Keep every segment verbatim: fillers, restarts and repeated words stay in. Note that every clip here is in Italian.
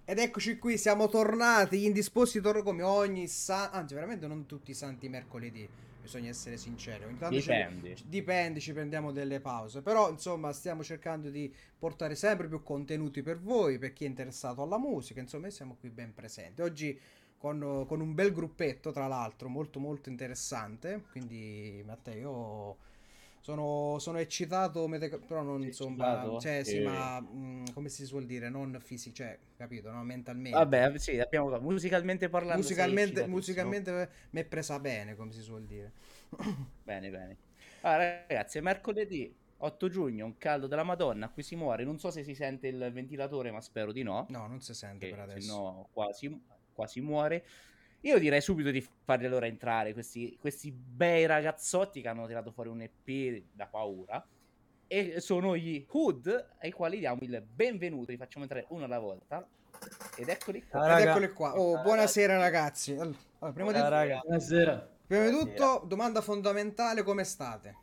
Ed eccoci qui, siamo tornati, indisposti tor- come ogni sa- anzi veramente non tutti i santi mercoledì, bisogna essere sinceri, ogni tanto ci- Dipende. ci- dipende, ci prendiamo delle pause, però insomma stiamo cercando di portare sempre più contenuti per voi, per chi è interessato alla musica, insomma e siamo qui ben presenti. Oggi con, con un bel gruppetto, tra l'altro, molto molto interessante, quindi Matteo, sono, sono eccitato, mete- però non Sei insomma, eccitato? cioè sì, Eh, ma mh, come si suol dire, non fisici, cioè, capito, no? Mentalmente. Vabbè, sì, abbiamo musicalmente parlando sei Musicalmente, eccitatissimo. musicalmente mi è presa bene, come si suol dire. Bene, bene. Allora, ragazzi, è mercoledì otto giugno, un caldo della Madonna, qui si muore. Non so se si sente il ventilatore, ma spero di no, No, non si sente per che se adesso. no quasi, quasi muore. Io direi subito di farli allora entrare questi, questi bei ragazzotti che hanno tirato fuori un E P da paura. E sono gli Hood, ai quali diamo il benvenuto. Li facciamo entrare uno alla volta. Ed eccoli Ciao qua. Ed raga, eccole qua. Oh, Ciao buonasera ragazzi, ragazzi. Allora, prima di, ciao buonasera. raga. Buonasera. prima di Buonasera. tutto, domanda fondamentale, come state?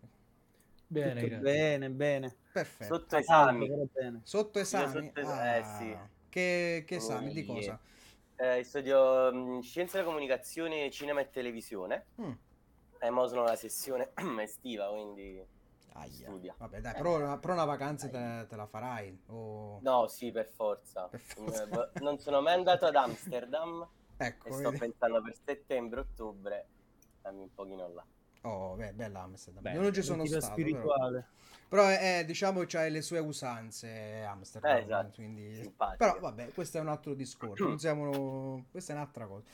Bene, Tutto grazie. bene, bene. Perfetto. Sotto Fa caldo, esami, però bene. Sotto io esami? sotto es- eh sì, Ah, che, che esami? Di Oie. cosa? eh, studio mh, Scienze della Comunicazione, Cinema e Televisione, Mm, e mo sono la sessione estiva, quindi si aia. studia. Vabbè, dai, Eh, però, però una vacanza dai. te, te la farai. Oh, No, sì, per forza. per Mm, forza. v- Non sono mai andato ad Amsterdam e Ecco, sto vedi. pensando per settembre-ottobre, dammi un pochino là. Oh, beh, bella Amsterdam. Io Bene, non ci bene. sono Identità stato, però. spirituale. Però, eh, diciamo, c'ha le sue usanze Eh, Amsterdam, esatto, quindi... Però, simpatica. vabbè, questo è un altro discorso, non siamo... Questa è un'altra cosa.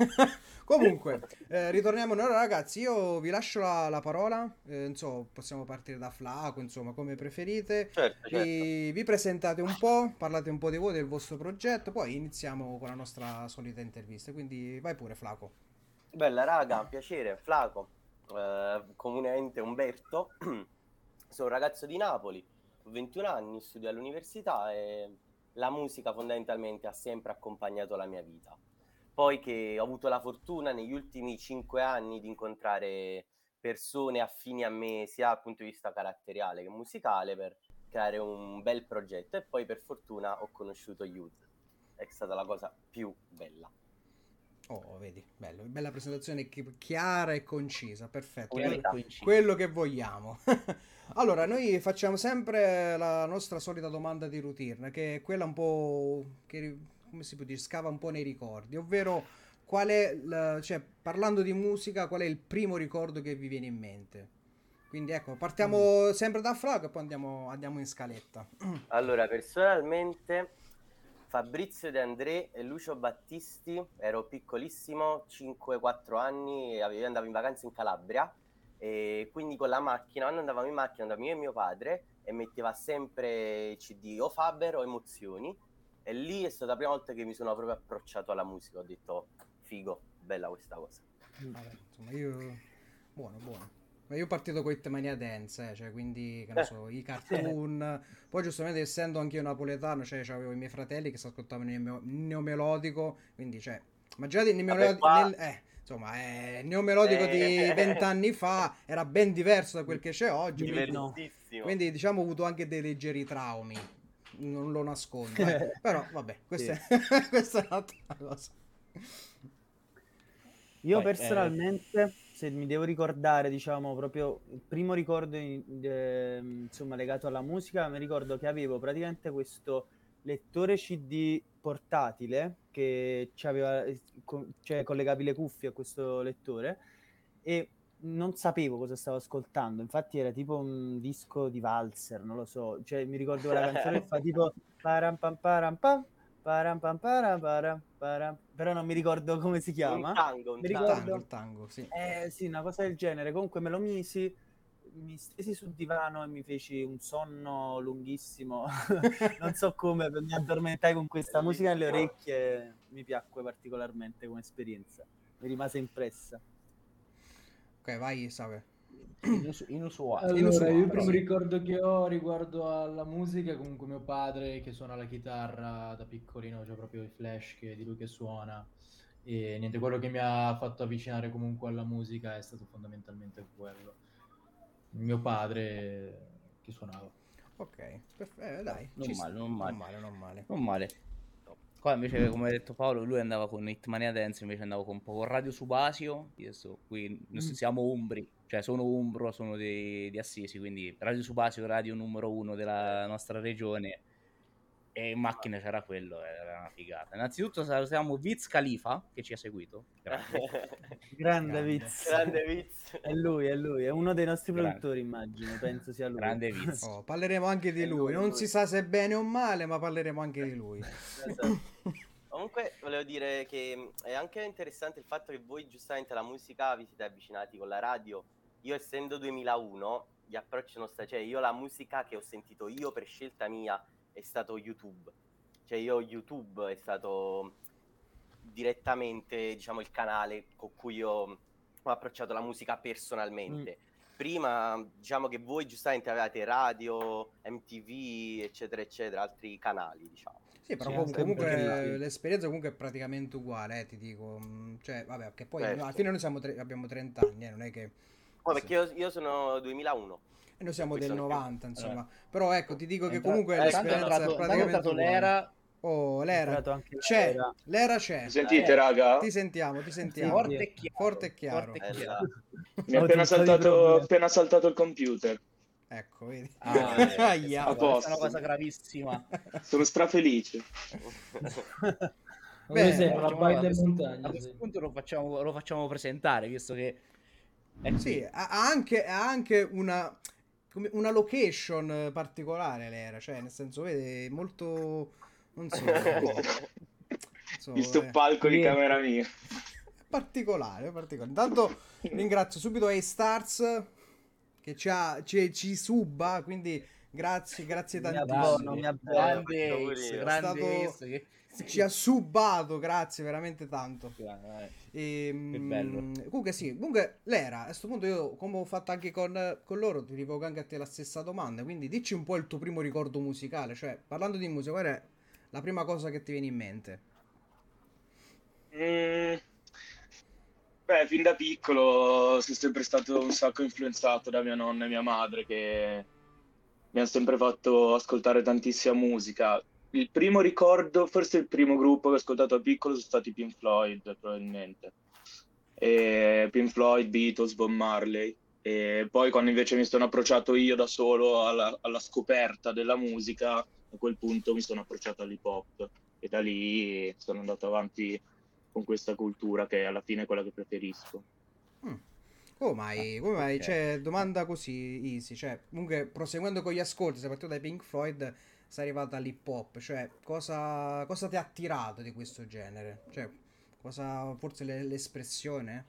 Comunque, eh, ritorniamo noi ragazzi, io vi lascio la, la parola, eh, non so, possiamo partire da Flaco, insomma, come preferite. Certo, certo. Vi, vi presentate un po', parlate un po' di voi, del vostro progetto, poi iniziamo con la nostra solita intervista, quindi vai pure Flaco. Bella raga, piacere, Flaco, eh, comunemente Umberto, sono un ragazzo di Napoli, ho ventuno anni, studio all'università e la musica fondamentalmente ha sempre accompagnato la mia vita. Poi che ho avuto la fortuna negli ultimi cinque anni di incontrare persone affini a me sia dal punto di vista caratteriale che musicale per creare un bel progetto e poi per fortuna ho conosciuto Youth, è stata la cosa più bella. Oh, vedi, bello, bella presentazione chi- chiara e concisa, perfetto, Chiaro que- e Verità. coinciso. quello che vogliamo. Allora, noi facciamo sempre la nostra solita domanda di routine, che è quella un po' che, come si può dire, scava un po' nei ricordi, ovvero qual è, la- cioè, parlando di musica, qual è il primo ricordo che vi viene in mente? Quindi ecco, partiamo sempre da Fra e poi andiamo, andiamo in scaletta. Allora, personalmente Fabrizio De André e Lucio Battisti, ero piccolissimo, cinque quattro anni, e ave- andavo in vacanza in Calabria e quindi con la macchina, quando andavamo in macchina, andavo io e mio padre e metteva sempre C D o Faber o Emozioni e lì è stata la prima volta che mi sono proprio approcciato alla musica, ho detto figo, bella questa cosa. Vabbè, insomma, io... Buono, buono. Ma io ho partito con Hitmania Dance, eh, cioè, quindi, che ne so, i cartoon. Poi, giustamente, essendo anche io napoletano, cioè, avevo i miei fratelli che si ascoltavano il neo- il neomelodico, quindi, cioè, immaginate il Vabbè neomelodico, qua nel, eh, insomma, eh, il neomelodico di è vent'anni fa era ben diverso da quel che c'è oggi, quindi, No. diversissimo. quindi, diciamo, ho avuto anche dei leggeri traumi, non lo nascondo, eh. Però, vabbè, questa Sì. è, questa è un'altra cosa. Io Poi, eh, personalmente, se mi devo ricordare, diciamo, proprio il primo ricordo in- eh, insomma, legato alla musica, mi ricordo che avevo praticamente questo lettore C D portatile che c'aveva, eh, co- cioè collegavi le cuffie a questo lettore e non sapevo cosa stavo ascoltando. Infatti era tipo un disco di Walzer, non lo so. Cioè mi ricordo la canzone che fa tipo param pam param pam, param pam param param param, però non mi ricordo come si Un chiama. tango, un Mi Il tango. tango, il ricordo, tango, sì. eh sì, una cosa del genere. Comunque me lo misi, mi stesi sul divano e mi feci un sonno lunghissimo. Non so come, mi addormentai con questa musica nelle Bellissimo. orecchie, mi piacque particolarmente come esperienza, mi rimase impressa. Ok, vai, Save. inus- inusuale, Allora, io il Inusuale, però. primo sì. ricordo che ho riguardo alla musica, comunque mio padre che suona la chitarra da piccolino, c'è proprio il flash che- di lui che suona e niente, quello che mi ha fatto avvicinare comunque alla musica è stato fondamentalmente quello. Mio padre che suonava. Ok, perfetto, dai, ci Non sta. male, non Non male. male, non male. Non male. Qua invece, come ha detto Paolo, lui andava con Hitmania Dance, invece andavo con un po' con Radio Subasio. Io sto qui, noi Mm. siamo umbri, cioè sono umbro, sono di, di Assisi, quindi Radio Subasio, radio numero uno della nostra regione. E in macchina c'era quello, era una figata. Innanzitutto salutiamo Wiz Khalifa che ci ha seguito. Grande. Grande Grande. Viz. Grande Viz. È lui, è lui, è uno dei nostri Grande. produttori, immagino, penso sia lui. Grande Wiz. Oh, parleremo anche di È lui. lui, Non lui. si sa se bene o male, ma parleremo anche di lui. Esatto. Comunque volevo dire che mh, è anche interessante il fatto che voi giustamente alla musica vi siete avvicinati con la radio. Io essendo duemilauno, gli approcci sono stati, cioè io la musica che ho sentito io per scelta mia è stato YouTube. Cioè io YouTube è stato direttamente, diciamo, il canale con cui io ho approcciato la musica personalmente. Prima, diciamo che voi giustamente avevate radio, M T V, eccetera, eccetera, altri canali, diciamo. Sì, però Sì, com- sempre comunque perché- l'esperienza comunque è praticamente uguale, eh, ti dico. Mm, Cioè, vabbè, che poi Certo. alla fine noi siamo tre- abbiamo trenta anni, eh, non è che... Poi perché io, io sono duemilauno. E noi siamo Per del questo anch'io. novanta, insomma. Però ecco, ti dico che Entra- comunque eh, Tanto è l'esperienza entrato, è tanto è praticamente entrato uguale. l'era. Oh, È l'era. entrato anche C'è, l'era. l'era c'è. Mi sentite, Eh. raga? Ti sentiamo, ti sentiamo. Forte e chiaro. Forte e chiaro. forte e Bella. chiaro. Mi è Ho appena tutti i saltato, problemi. appena saltato il computer. Ecco, vedi. Ah, eh, questa, Aia. è una cosa, questa è posto. una cosa gravissima. Sono strafelice. Come Beh, sempre, la Facciamo- baita a, in questo, a montagna. questo Sì. punto lo facciamo, lo facciamo presentare, visto che è Sì, qui. ha ha anche, ha anche una, come- una location eh, particolare l'era, cioè nel senso, vede, molto, non so, so, Visto eh, palco di Sì. camera mia. particolare, è particolare. Intanto ringrazio subito A-Stars che ci, ha, ci, ci suba, quindi grazie, grazie Mi tantissimo. abbono, mi abbono. Grande Faccio Ace, pure io. grande È stato- Ace, che- Ci ha subato, grazie veramente tanto. Eh, E, bello. mm, comunque sì, comunque l'era, a questo punto io come ho fatto anche con, con loro, ti rivolgo anche a te la stessa domanda, quindi dici un po' il tuo primo ricordo musicale, cioè parlando di musica, qual è la prima cosa che ti viene in mente? Mm, Beh, fin da piccolo sono sempre stato un sacco influenzato da mia nonna e mia madre che mi hanno sempre fatto ascoltare tantissima musica. Il primo ricordo, forse il primo gruppo che ho ascoltato da piccolo sono stati i Pink Floyd, probabilmente. E Pink Floyd, Beatles, Bob Marley. E poi quando invece mi sono approcciato io da solo alla, alla scoperta della musica, a quel punto mi sono approcciato all'hip hop e da lì sono andato avanti con questa cultura che alla fine è quella che preferisco. Mm. Come mai? Come mai? ok. Cioè, domanda così easy, cioè, comunque proseguendo con gli ascolti, sei partito dai Pink Floyd, sei arrivato all'hip hop, cioè, cosa, cosa ti ha attirato di questo genere? Cioè, cosa, forse le- l'espressione?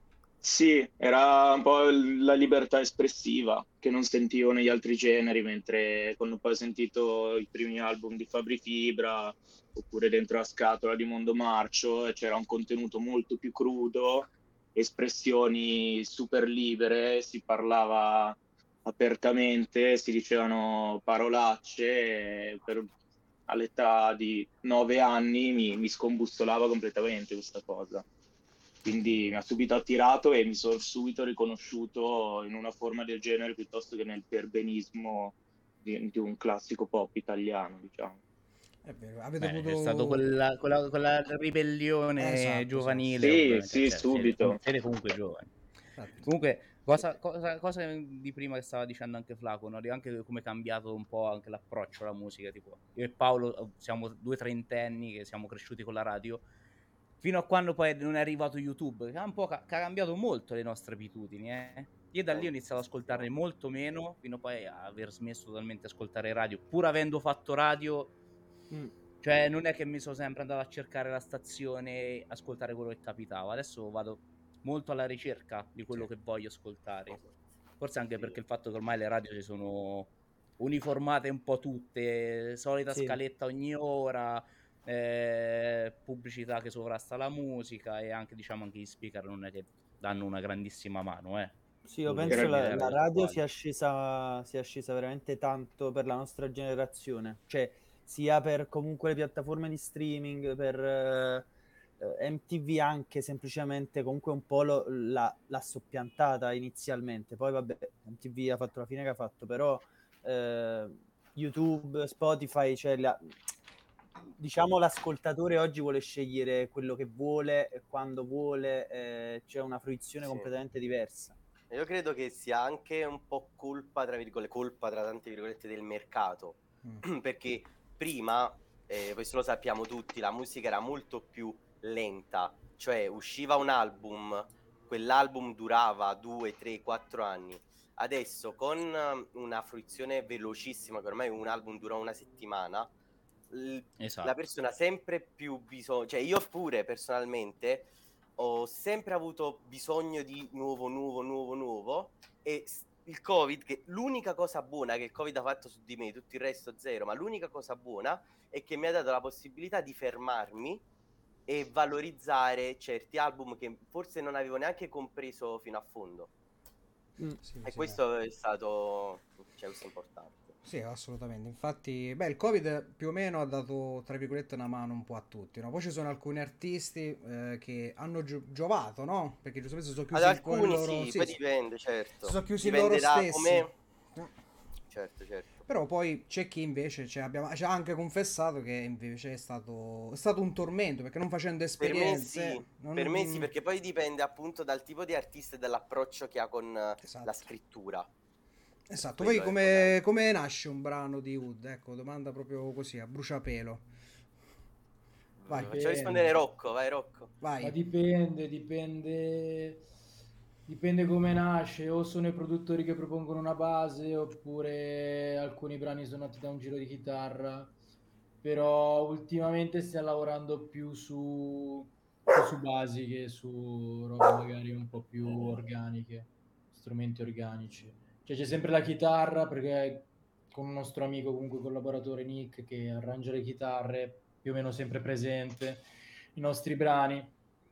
Sì, era un po' l- la libertà espressiva che non sentivo negli altri generi, mentre quando poi ho sentito i primi album di Fabri Fibra oppure Dentro la scatola di Mondo Marcio, e c'era un contenuto molto più crudo, espressioni super libere, si parlava apertamente, si dicevano parolacce, e per- all'età di nove anni mi, mi scombussolava completamente questa cosa. Quindi mi ha subito attirato e mi sono subito riconosciuto in una forma del genere piuttosto che nel perbenismo di, di un classico pop italiano, diciamo. È vero, avete Beh, avuto... c'è stato quella, quella, quella ribellione Esatto, giovanile, sì. ovviamente, Sì, sì, cioè, subito. Siete, siete comunque giovani. Esatto. Comunque, cosa, cosa, cosa di prima che stava dicendo anche Flaco, no? Di anche come è cambiato un po' anche l'approccio alla musica, tipo io e Paolo siamo due trentenni che siamo cresciuti con la radio, fino a quando poi non è arrivato YouTube, che ha un po' ca- che ha cambiato molto le nostre abitudini, eh. Io da lì ho iniziato ad ascoltarne molto meno, fino poi a aver smesso totalmente di ascoltare radio, pur avendo fatto radio. Mm. Cioè, non è che mi sono sempre andato a cercare la stazione e ascoltare quello che capitava. Adesso vado molto alla ricerca di quello Sì. che voglio ascoltare. Forse anche perché il fatto che ormai le radio si sono uniformate un po' tutte, solita Sì. scaletta ogni ora, eh, pubblicità che sovrasta la musica e anche, diciamo, anche gli speaker non è che danno una grandissima mano, eh. Sì, io Devo penso dire, la, le la radio radio sono sia scesa, sia scesa veramente tanto per la nostra generazione, cioè sia per comunque le piattaforme di streaming, per eh, eh, M T V anche semplicemente comunque un po' lo- la- l'ha soppiantata inizialmente, poi vabbè M T V ha fatto la fine che ha fatto, però eh, YouTube, Spotify, cioè la- diciamo l'ascoltatore oggi vuole scegliere quello che vuole e quando vuole, eh, c'è una fruizione Sì. completamente diversa. Io credo che sia anche un po' colpa, tra virgolette, colpa tra tante virgolette del mercato, Mm. perché prima, eh, questo lo sappiamo tutti, la musica era molto più lenta, cioè usciva un album, quell'album durava due, tre, quattro anni. Adesso con um, una fruizione velocissima, che ormai un album dura una settimana, l- Esatto. la persona ha sempre più bisogno, cioè io pure personalmente ho sempre avuto bisogno di nuovo, nuovo, nuovo, nuovo, e s- il Covid, che l'unica cosa buona che il Covid ha fatto su di me, tutto il resto zero, ma l'unica cosa buona è che mi ha dato la possibilità di fermarmi e valorizzare certi album che forse non avevo neanche compreso fino a fondo. Mm. Sì, E sì. questo è stato, cioè, questo è importante. Sì, assolutamente. Infatti, beh, il Covid più o meno ha dato, tra virgolette, una mano un po' a tutti, no? Poi ci sono alcuni artisti eh, che hanno gio- giovato, no? Perché giustamente si sono Ad chiusi un po' il alcuni loro... sì, Sì, poi si dipende, certo. sono chiusi Dipende loro da stessi. come... No? Certo, certo. Però poi c'è chi invece ci, abbiamo, ci ha anche confessato che invece è stato, è stato un tormento, perché non facendo Per me esperienze... sì, non- per me sì, perché poi dipende appunto dal tipo di artista e dall'approccio che ha con eh, Esatto. la scrittura. Esatto, Quello poi è come, fondamentale. come nasce un brano di Wood? Ecco, domanda proprio così, a bruciapelo. Vai, Faccio rispondere Dipende. Rocco, vai Rocco. Ma vai. dipende, dipende, dipende come nasce, o sono i produttori che propongono una base, oppure alcuni brani sono nati da un giro di chitarra, però ultimamente stiamo lavorando più su, più su basi che su robe magari un po' più organiche, strumenti organici. Cioè c'è sempre la chitarra, perché con un nostro amico, comunque collaboratore Nick, che arrangia le chitarre, più o meno sempre presente i nostri brani,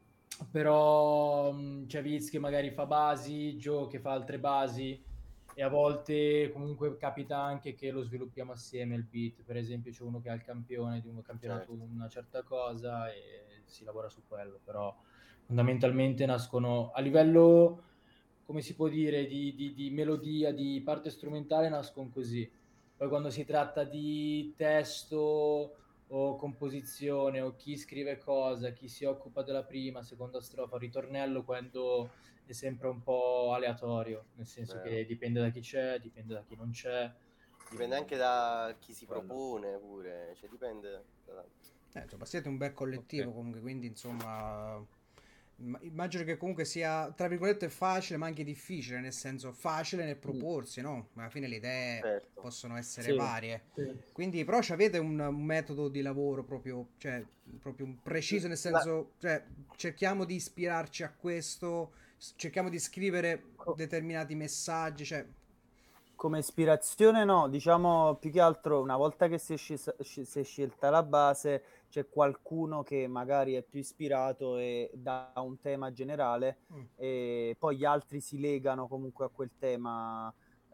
però mh, c'è Viz che magari fa basi, Joe che fa altre basi, e a volte comunque capita anche che lo sviluppiamo assieme il beat. Per esempio c'è uno che ha il campione di un campionato, Certo. una certa cosa, e si lavora su quello, però fondamentalmente nascono a livello, come si può dire, di, di, di melodia, di parte strumentale, nascono così. Poi quando si tratta di testo o composizione, o chi scrive cosa, chi si occupa della prima, seconda strofa, ritornello, quando è sempre un po' aleatorio, nel senso Vero. che dipende da chi c'è, dipende da chi non c'è. Dipende anche da chi si Quello. propone pure, cioè dipende da tanto. Eh, insomma, siete un bel collettivo Ok. comunque, quindi insomma... imma- Immagino che comunque sia, tra virgolette, facile, ma anche difficile, nel senso facile nel proporsi, no? Ma alla fine le idee Certo. possono essere Sì. varie. Sì. Quindi, però, ci avete un, un metodo di lavoro proprio, cioè, proprio un preciso, nel Ma- senso, cioè, cerchiamo di ispirarci a questo, s- cerchiamo di scrivere Co- determinati messaggi, cioè... Come ispirazione no, diciamo più che altro una volta che si è, scesa- sci- si è scelta la base, c'è qualcuno che magari è più ispirato e dà un tema generale, Mm. e poi gli altri si legano comunque a quel tema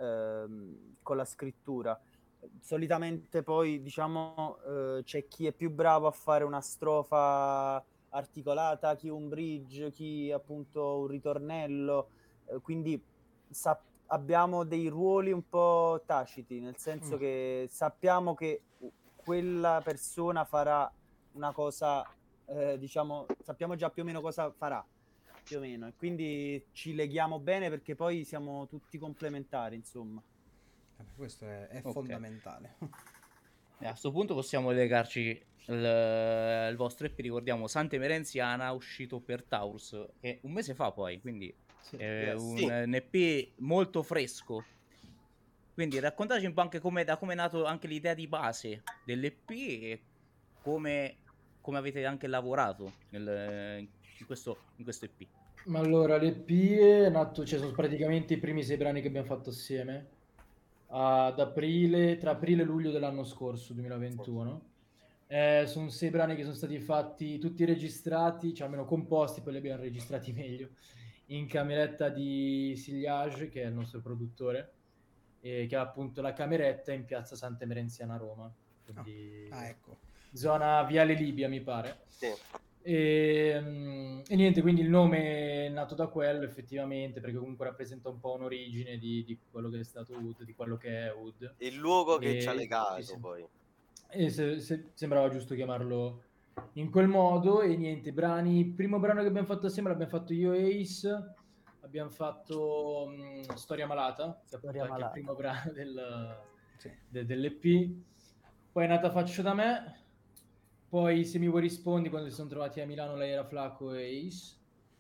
ehm, con la scrittura. Solitamente poi diciamo eh, c'è chi è più bravo a fare una strofa articolata, chi un bridge, chi appunto un ritornello, eh, quindi sa- abbiamo dei ruoli un po' taciti, nel senso Mm. che sappiamo che quella persona farà una cosa, eh, diciamo, sappiamo già più o meno cosa farà, più o meno, e quindi ci leghiamo bene perché poi siamo tutti complementari, insomma. Eh, Questo è, è Ok. fondamentale. E a questo punto possiamo legarci il, il vostro E P, ricordiamo Santa Emerenziana, uscito per Taurus, che un mese fa poi, quindi Sì. è Yes. un, Sì. un E P molto fresco. Quindi raccontateci un po' anche come, da come è nato anche l'idea di base dell'E P e come, come avete anche lavorato nel- in questo, in questo E P. Ma allora, l'E P è nato, cioè sono praticamente i primi sei brani che abbiamo fatto assieme, ad aprile, tra aprile e luglio dell'anno scorso, duemilaventuno. Eh, sono sei brani che sono stati fatti, tutti registrati, cioè almeno composti, poi li abbiamo registrati meglio, in cameretta di Siliage, che è il nostro produttore, e che ha appunto la cameretta in piazza Santa Emerenziana a Roma, Oh. quindi Ah, ecco. zona Viale Libia, mi pare. Sì. E, mm, e niente, quindi il nome è nato da quello effettivamente, perché comunque rappresenta un po' un'origine di, di quello che è stato Wood, di quello che è Wood. Il luogo che ci ha E, sì, legato sì. poi. e se, se, sembrava giusto chiamarlo in quel modo. E niente, brani, il primo brano che abbiamo fatto assieme l'abbiamo fatto io e Ace, abbiamo fatto mh, Storia Malata, che Storia appunto è anche il Malata. primo brano del, Sì. de, dell'E P. Poi è nata Faccio da me, poi Se mi vuoi rispondi, quando si sono trovati a Milano lei era Flaco e Ace.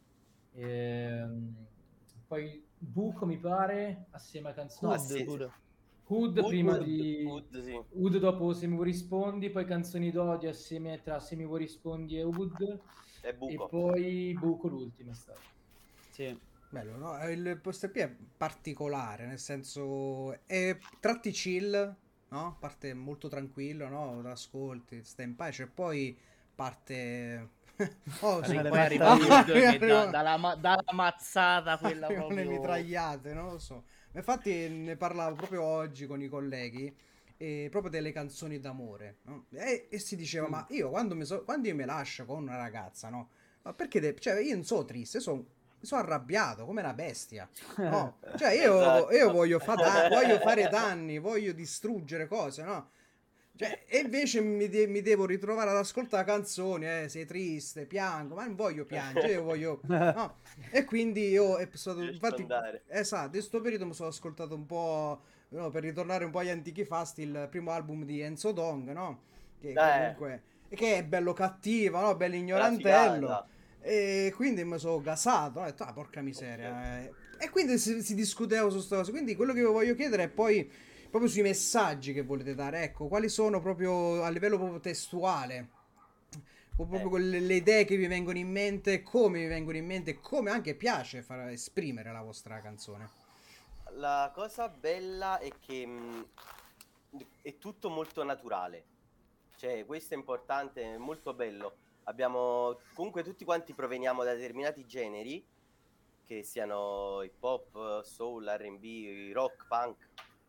Ehm, poi Buco mi pare, assieme a canzoni... Ah, Hood sì, sì. pure. Hood Hood, prima Hood, di... Hood, sì. Hood dopo Se mi vuoi rispondi, poi Canzoni d'odio assieme tra Se mi vuoi rispondi e Hood, È e Buco. poi Buco l'ultima è stata. Sì. Bello, no? Il post E P è particolare, nel senso è tratti chill, no? Parte molto tranquillo, no? Lo ascolti, stai in pace, e poi parte... oh, Arri- sì. Le poi arriva mazzate. Hood che da- Arriva- dalla, ma- dalla mazzata quella arrivano le proprio... mitragliate, non lo so. Infatti ne parlavo proprio oggi con i colleghi, e proprio delle canzoni d'amore, no? E, e si diceva, Mm. ma io quando, mi so- quando io mi lascio con una ragazza, no? Ma perché, de- cioè, io non sono triste, sono, mi sono arrabbiato come una bestia, no? Cioè, io, Esatto. io voglio, fa da- voglio fare danni, voglio distruggere cose, no? Cioè, e invece mi, de- mi devo ritrovare ad ascoltare canzoni, eh, sei triste, piango, ma non voglio piangere, io voglio... No? E quindi io è stato, Devi infatti, sfondare. esatto, in questo periodo mi sono ascoltato un po', no, per ritornare un po' agli antichi fasti, il primo album di Enzo Dong, no? Che Eh, comunque, che è bello cattivo, no? Bello è una ignorantello. figata. E quindi mi sono gasato, ho detto, ah, porca miseria. eh. E quindi si, si discuteva su questa cosa. Quindi quello che vi voglio chiedere è poi proprio sui messaggi che volete dare, ecco, quali sono proprio a livello proprio testuale, o proprio Eh. quelle le idee che vi vengono in mente, come vi vengono in mente, come anche piace far esprimere la vostra canzone. La cosa bella è che mh, è tutto molto naturale. Cioè, questo è importante, è molto bello. Abbiamo comunque tutti quanti proveniamo da determinati generi, che siano hip hop, soul, R and B, rock, punk,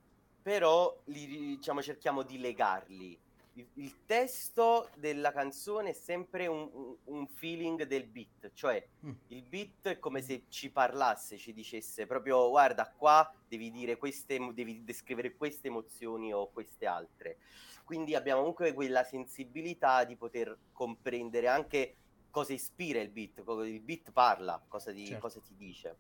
però li, diciamo, cerchiamo di legarli. Il, il testo della canzone è sempre un, un- un feeling del beat, cioè Mm. il beat è come se ci parlasse, ci dicesse proprio guarda qua devi dire queste, emo- devi descrivere queste emozioni o queste altre. Quindi abbiamo comunque quella sensibilità di poter comprendere anche cosa ispira il beat, co- il beat parla, cosa, di, Certo. cosa ti dice.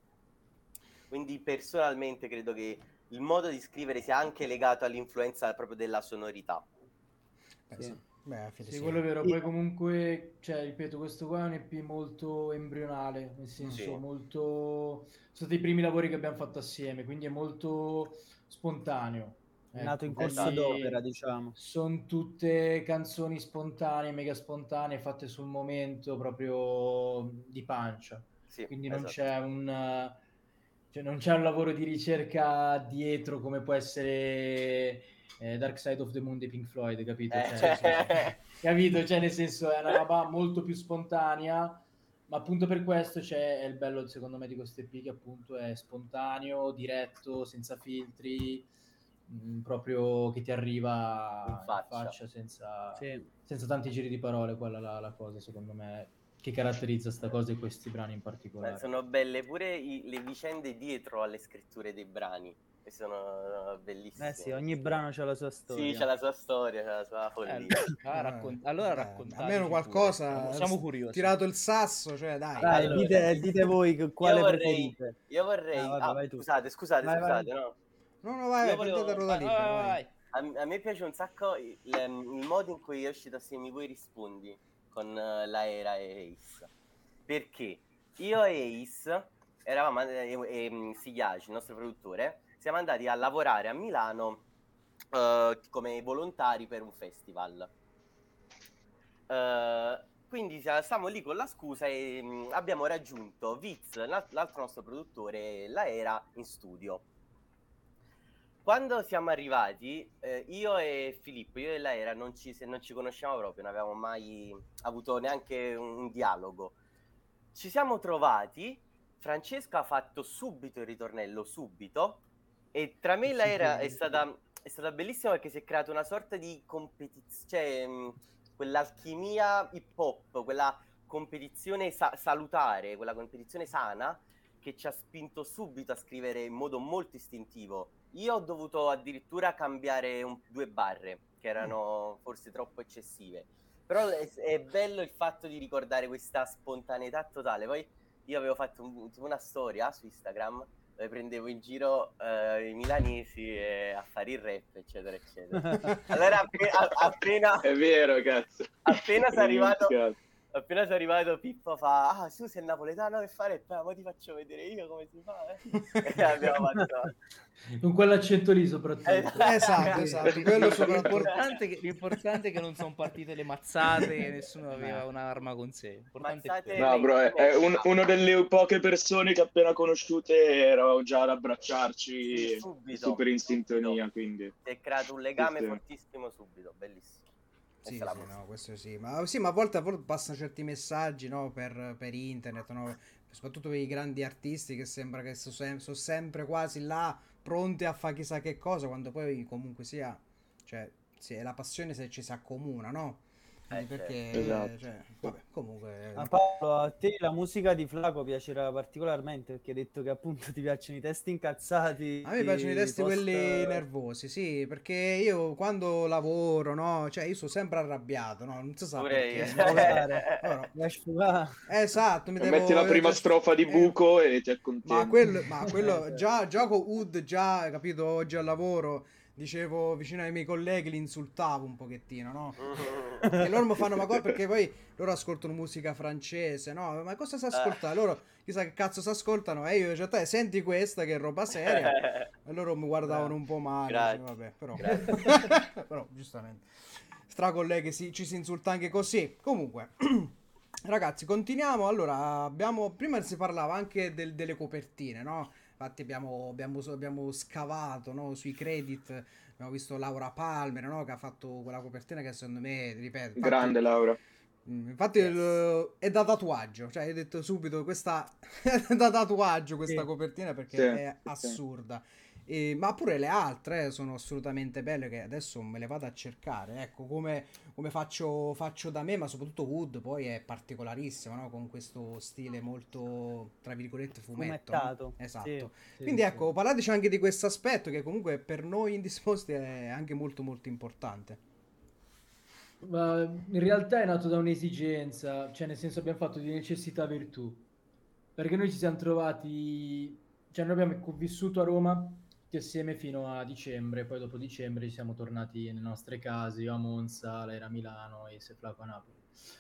Quindi personalmente credo che il modo di scrivere sia anche legato all'influenza proprio della sonorità. Beh, Sì. sì. Beh, alla fine Sì, sì. quello è vero. Sì. Poi comunque, cioè, ripeto, questo qua è un E P molto embrionale, nel senso Sì. molto... Sono stati i primi lavori che abbiamo fatto assieme, quindi è molto spontaneo. È nato in Ecco, corso Esatto. d'opera, diciamo. Sono tutte canzoni spontanee, mega spontanee, fatte sul momento proprio di pancia. Sì, Quindi non esatto. c'è un... Cioè non c'è un lavoro di ricerca dietro come può essere eh, Dark Side of the Moon di Pink Floyd, capito? Eh, Cioè, cioè, capito? Cioè, nel senso, è una roba molto più spontanea, ma appunto per questo c'è è il bello, secondo me, di questo E P, che appunto è spontaneo, diretto, senza filtri, mh, proprio che ti arriva In in faccia. faccia, senza, Sì. senza tanti giri di parole. Quella è la, la cosa, secondo me, che caratterizza sta cosa e questi brani in Beh, particolare. sono belle pure i- le vicende dietro alle scritture dei brani, che sono bellissime. Eh sì, ogni brano c'ha la sua storia. Sì, c'è la sua storia, c'è la sua follia. Eh, ah, raccon- allora Dai, raccontateci almeno pure. qualcosa. Siamo, siamo curiosi. Tirato il sasso, cioè dai. Dai, Allora, dite, dite voi che- quale io vorrei, preferite. io vorrei, Ah, vabbè, ah, vai tu. scusate, scusate, Vai, vai. scusate, no. No, no, vai, Io vai, prendete a volevo- ruota Vai, libera, vai, vai. vai. A, a me piace un sacco il, il modo in cui è uscito assieme Mi vuoi rispondi con eh, la Era e Ace. Perché io e Ace eravamo e, e Sigliaci, il nostro produttore, siamo andati a lavorare a Milano eh, come volontari per un festival. Eh, quindi sia- stavamo lì con la scusa e mh, abbiamo raggiunto Viz, l'al- l'altro nostro produttore, e la Era in studio. Quando siamo arrivati, eh, io e Filippo, io e la Era, non ci, se non ci conosciamo proprio, non avevamo mai avuto neanche un, un dialogo. Ci siamo trovati, Francesca ha fatto subito il ritornello, subito, e tra me e la Era è stata, è stata bellissima perché si è creata una sorta di competizione, cioè mh, quell'alchimia hip hop, quella competizione sa- salutare, quella competizione sana che ci ha spinto subito a scrivere in modo molto istintivo. Io ho dovuto addirittura cambiare un- due barre, perché erano forse troppo eccessive. Però è, è bello il fatto di ricordare questa spontaneità totale. Poi io avevo fatto un, tipo una storia su Instagram dove prendevo in giro eh, i milanesi e a fare il rap, eccetera, eccetera. Allora appena, appena È vero, cazzo. appena sei arrivato, Dimenticato. appena sei arrivato Pippo fa: ah, su sei napoletano, che fare? Poi ma ti faccio vedere io come si fa, eh? E abbiamo fatto Con quell'accento lì soprattutto. Esatto, esatto, quello soprattutto. L'importante, che, l'importante è che non sono partite le mazzate, che nessuno aveva un'arma con sé. L'importante è Mazzate quello. No, bro, è, è un- uno delle poche persone che appena conosciute eravamo già ad abbracciarci Sì, subito, super in subito. sintonia, quindi si è creato un legame Sì, sì. fortissimo subito, bellissimo. Sì, Questa è la sì, musica. no, questo sì, ma, sì, ma a volte, a volte passano certi messaggi, no, per, per internet, no, soprattutto per i grandi artisti che sembra che sono sem- sono sempre quasi là, pronti a fare chissà che cosa, quando poi comunque sia, cioè, sì, è la passione se ci si accomuna, no? Quindi Eh, perché, Esatto. cioè, vabbè, comunque... Ma Paolo, a te la musica di Flaco piacerà particolarmente perché hai detto che appunto ti piacciono i testi incazzati. A me piacciono i testi post- quelli nervosi, sì, perché io quando lavoro, no, cioè io sono sempre arrabbiato, no, non si sa Pure perché. io. Sfogare. Allora, Vai a sfogare. esatto, mi E devo... metti la prima cioè, strofa di eh, Buco e ti Ma accontenti. quello, ma quello già, già con Ud, già, capito, oggi al lavoro, dicevo vicino ai miei colleghi, li insultavo un pochettino, no? Che loro mi fanno, ma cosa, perché poi loro ascoltano musica francese, no? Ma cosa si ascolta? Loro, chissà che cazzo si ascoltano, e io, cioè, te, senti questa che è roba seria, e loro mi guardavano un po' male, Grazie. cioè, vabbè, però, Grazie. però, giustamente, stra colleghi si, ci si insulta anche così, comunque... Ragazzi, continuiamo. Allora, abbiamo prima si parlava anche del- delle copertine, no? Infatti abbiamo, abbiamo, abbiamo scavato, no? Sui credit, abbiamo visto Laura Palmer, no? Che ha fatto quella copertina che secondo me, ripeto, infatti, Grande Laura. mm, infatti Yes. il- è da tatuaggio, cioè hai detto subito questa è da tatuaggio questa Sì. copertina perché Sì, è sì, sì. assurda. E- ma pure le altre eh, sono assolutamente belle che adesso me le vado a cercare, ecco come, come faccio, faccio da me, ma soprattutto Wood poi è particolarissimo, no? Con questo stile molto, tra virgolette, fumetto, no? Fumettato. Esatto. Sì, sì, Quindi sì. ecco, parlateci anche di questo aspetto che comunque per noi indisposti è anche molto molto importante. Ma in realtà è nato da un'esigenza, cioè nel senso abbiamo fatto di necessità virtù, perché noi ci siamo trovati, cioè noi abbiamo vissuto a Roma tutti assieme fino a dicembre, poi dopo dicembre ci siamo tornati nelle nostre case, io a Monza, lei era a Milano e Seflaco a Napoli.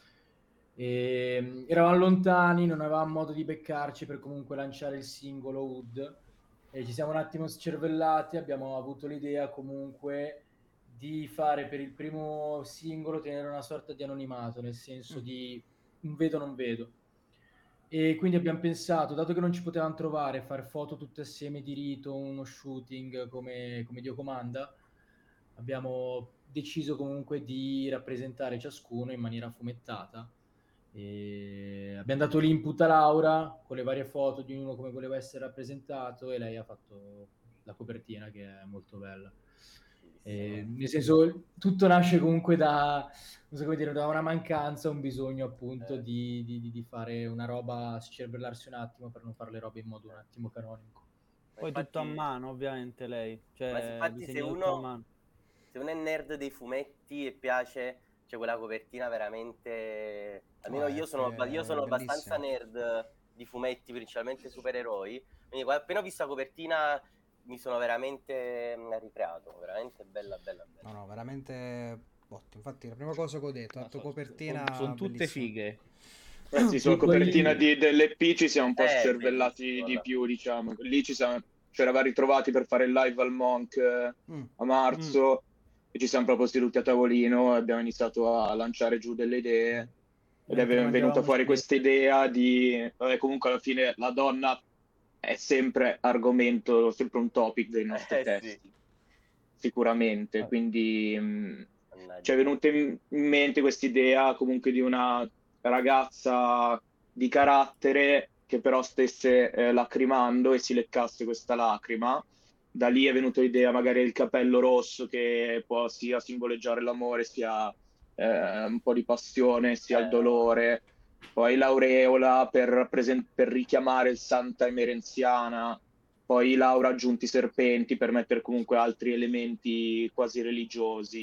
E, eravamo lontani, non avevamo modo di beccarci per comunque lanciare il singolo Wood e ci siamo un attimo scervellati, abbiamo avuto l'idea comunque di fare per il primo singolo tenere una sorta di anonimato, nel senso Mm. di un vedo non vedo. E quindi abbiamo pensato, dato che non ci potevamo trovare, fare foto tutte assieme di rito, uno shooting come, come Dio comanda, abbiamo deciso comunque di rappresentare ciascuno in maniera fumettata. E abbiamo dato l'input a Laura con le varie foto di ognuno come voleva essere rappresentato e lei ha fatto la copertina che è molto bella. E, nel senso, tutto nasce comunque da, non so come dire, da una mancanza, un bisogno appunto Eh. di, di, di fare una roba, scervellarsi un attimo per non fare le robe in modo un attimo canonico. Poi Infatti- tutto a mano, ovviamente, lei. Cioè, Ma infatti se disegna tutto a uno, mano. se uno è nerd dei fumetti e piace, c'è quella copertina veramente... Almeno Oh, è io sono, fe- io sono abbastanza bellissimo. nerd di fumetti, principalmente supereroi, quindi qua- appena ho visto la copertina mi sono veramente mm, ricreato, veramente bella, bella, bella. No, no, veramente botte. Infatti la prima cosa che ho detto, ho detto copertina Sono tutte bellissima. fighe. Infatti sulla E poi- copertina di, dell'E P ci siamo un po' Eh, scervellati bellissimo, di là. più, diciamo. Lì ci siamo, ci eravamo ritrovati per fare il live al Monk eh, Mm. a marzo e ci siamo proprio seduti a tavolino e abbiamo iniziato a lanciare giù delle idee ed Mentre è venuta mangiavamo fuori spaghetti. questa idea di... Vabbè, comunque alla fine la donna è sempre argomento, sempre un topic dei nostri Eh, testi, sì. sicuramente. Ah. Quindi mh, Mannaggia. ci è venuta in in mente questa idea comunque di una ragazza di carattere che però stesse eh, lacrimando e si leccasse questa lacrima. Da lì è venuta l'idea magari del capello rosso che può sia simboleggiare l'amore, sia eh, un po' di passione, sia il Eh, dolore. Poi l'aureola per, rappresent- per richiamare il Santa Emerenziana. Poi Laura ha aggiunto i serpenti per mettere comunque altri elementi quasi religiosi.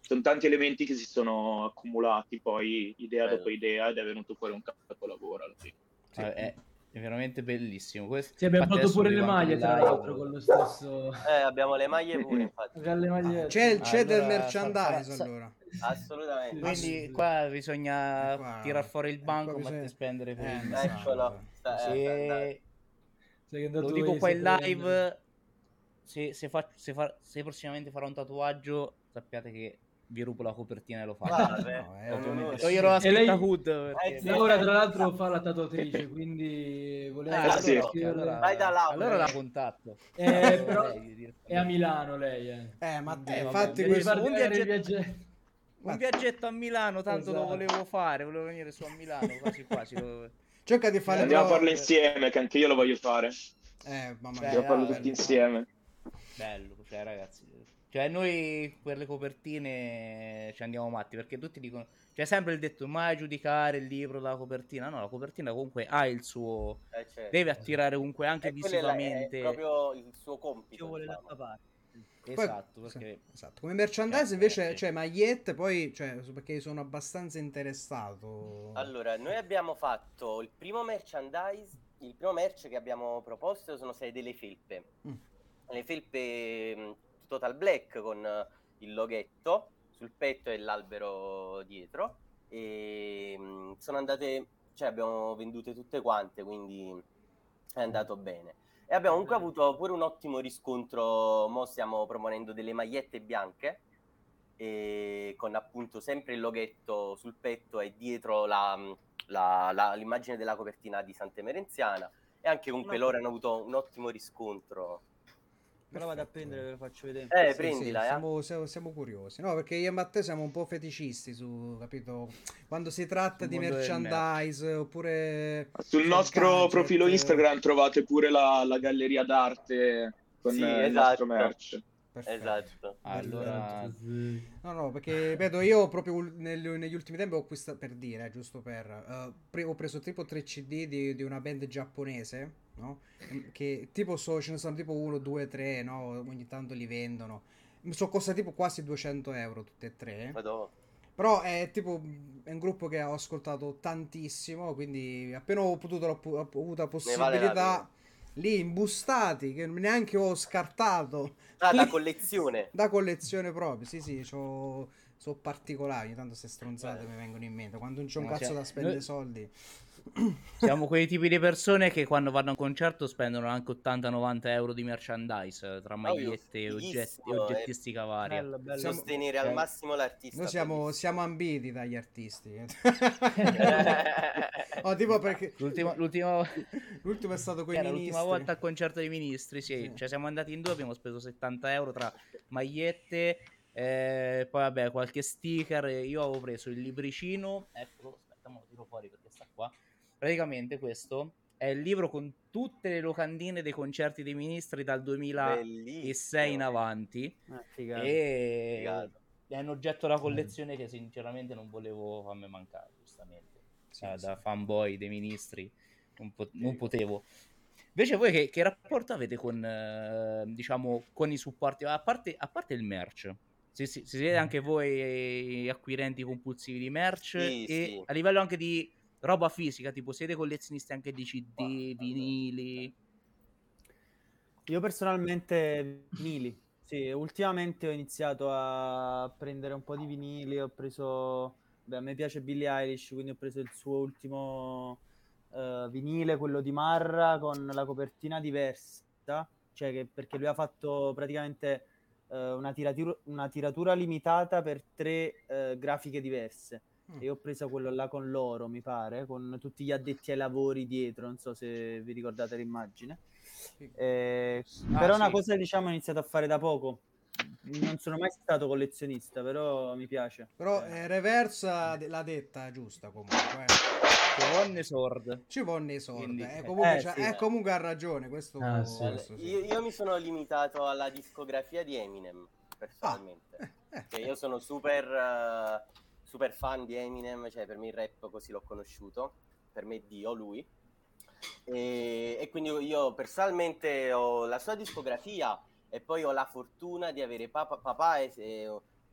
sono tanti elementi che si sono accumulati, poi idea Bello. dopo idea, ed è venuto fuori un capolavoro alla fine. Sì, è, è veramente bellissimo. Questo, Sì, abbiamo infatti fatto adesso pure le vedo anche maglie, il tra live. l'altro, con lo stesso... Eh, abbiamo le maglie pure, infatti. Abbiamo le Ah, magliette. c'è, c'è Allora, del sarà- merchandise sarà- allora. Assolutamente. Sì, Quindi sì, sì. qua bisogna Eh, qua- tirar fuori il eh, qua banco, ma bisogna- spendere per eh, il mi merch. sa, Eccolo. mi Sta- sa. eh, dai, dai. Se Sei andato lo dico Ace qua a in prendere. live, se, se, fa- se, fa- se prossimamente farò un tatuaggio, sappiate che vi rupo la copertina e lo faccio. Guarda, No, è è un ovviamente onore. sì. Toglierò la E scritta lei- Hood perché Eh, sì. Laura, tra l'altro, fa la tatuatrice, quindi voleva Ah, Eh, sì. allora, ok, scriverle- allora, Vai da Laura. allora la contatto. Eh, Contatto però lei, è direttamente. a Milano lei, eh. Eh, ma Quindi- te, Eh, vabbè, infatti un Devi questo... far un diventare il viaggetto- viaggetto. Un viaggetto a Milano, tanto lo Esatto. volevo fare, volevo venire su a Milano, quasi quasi. lo- Cerca di fare... Andiamo a però- farlo insieme, che anche io lo voglio fare. Eh, mamma Cioè, mia. Andiamo a farlo no, tutti bello. insieme. Bello, cioè ragazzi, cioè noi per le copertine ci andiamo matti, perché tutti dicono, c'è sempre il detto mai giudicare il libro dalla copertina. No, la copertina comunque ha il suo, Eh, certo. deve attirare comunque anche E quello è, la- è visivamente. proprio il suo compito. Ci vuole la diciamo. tua parte. Poi- Esatto, sì, perché esatto. Come merchandise Cioè, invece, eh, sì. cioè magliette, poi, cioè, perché sono abbastanza interessato. Allora, noi abbiamo fatto il primo merchandise, il primo merch che abbiamo proposto sono state delle felpe. Mm. Le felpe mh, Total Black con eh, il loghetto sul petto e l'albero dietro. E mh, sono andate, cioè abbiamo vendute tutte quante, quindi è andato bene. E abbiamo comunque avuto pure un ottimo riscontro. Mo stiamo proponendo delle magliette bianche e con appunto sempre il loghetto sul petto e dietro la, la- la- l'immagine della copertina di Santa Emerenziana, e anche comunque No. loro hanno avuto un ottimo riscontro. Me la vado a prendere, ve lo faccio vedere. Eh, Sì, prendila, sì, eh. siamo, siamo- siamo curiosi. No, perché io e Matteo siamo un po' feticisti su, capito? Quando si tratta Sul di mondo del merchandise oppure Sul su nostro gadget, profilo eh, Instagram trovate pure la, la galleria d'arte con Sì, eh, il esatto. nostro merch. perfetto. Esatto. allora Sì. No, no, perché vedo io proprio ul- nel- negli ultimi tempi ho acquistato, per dire, eh, giusto per... eh, pre- ho preso tipo tre C D di, di una band giapponese, no? Em, Che tipo so, ce ne sono tipo uno, due, tre, no? Ogni tanto li vendono. Sono costati tipo quasi duecento euro tutti e tre. Madonna. Però è tipo è un gruppo che ho ascoltato tantissimo, quindi appena ho potuto, ho, ho avuto la vale la possibilità, lì imbustati, che neanche ho scartato. Ah, da Lì- collezione. Da collezione proprio, sì sì, c'ho, sono particolari, ogni tanto queste stronzate Bello. mi vengono in mente, quando non c'è un No, cazzo cioè, da spendere noi- soldi. siamo quei tipi di persone che quando vanno a un concerto spendono anche ottanta novanta euro di merchandise, eh, tra magliette e oggetti, e fighissimo, oggettistica varia. Bello, bello. Siamo- Sostenere al cioè, massimo l'artista. Noi siamo, bellissimo. siamo ambiti dagli artisti. Oh, tipo perché L'ultima, l'ultima, l'ultimo è stato con i era ministri. l'ultima volta al concerto dei ministri, sì. Sì. Cioè siamo andati in due, abbiamo speso settanta euro tra magliette, eh, poi vabbè qualche sticker. Io avevo preso il libricino, ecco, aspetta, mo lo tiro fuori perché sta qua. Praticamente questo è il libro con tutte le locandine dei concerti dei ministri dal duemilasei in Bellissimo. avanti. Eh, figata. E Figata. è un oggetto da collezione che sinceramente non volevo farmi mancare, giustamente. Sì, Eh, sì. da fanboy dei ministri non, po- non potevo. Invece voi che, che rapporto avete con, eh, diciamo, con i supporti? A parte, a parte il merch, se, se- se siete anche voi acquirenti compulsivi di merch, Sì, e sì. a livello anche di roba fisica, tipo siete collezionisti anche di C D, vinili? Io personalmente vinili. Sì, ultimamente ho iniziato a prendere un po' di vinili, ho preso... Beh, a me piace Billie Eilish, quindi ho preso il suo ultimo eh, vinile, quello di Marra, con la copertina diversa, cioè che, perché lui ha fatto praticamente eh, una tiratura, una tiratura limitata per tre eh, grafiche diverse. Mm. E io ho preso quello là con l'oro, mi pare, con tutti gli addetti ai lavori dietro, non so se vi ricordate l'immagine. Eh, Ah, però una sì. cosa, diciamo, ho iniziato a fare da poco. Non sono mai stato collezionista, però mi piace. Però Eh, eh, Reversa l'ha detta giusta comunque. eh. Colonne Sword. Ci vonne i soldi. Quindi- Eh, comunque, Eh, c'ha- sì. eh, comunque ha ragione. Questo, Ah, sì. questo sì. Io, io mi sono limitato alla discografia di Eminem, personalmente. Eh, eh, Cioè, io sono super, eh, super fan di Eminem, cioè per me il rap così l'ho conosciuto, per me è Dio lui. E, e quindi io personalmente ho la sua discografia e poi ho la fortuna di avere papà, papà e, e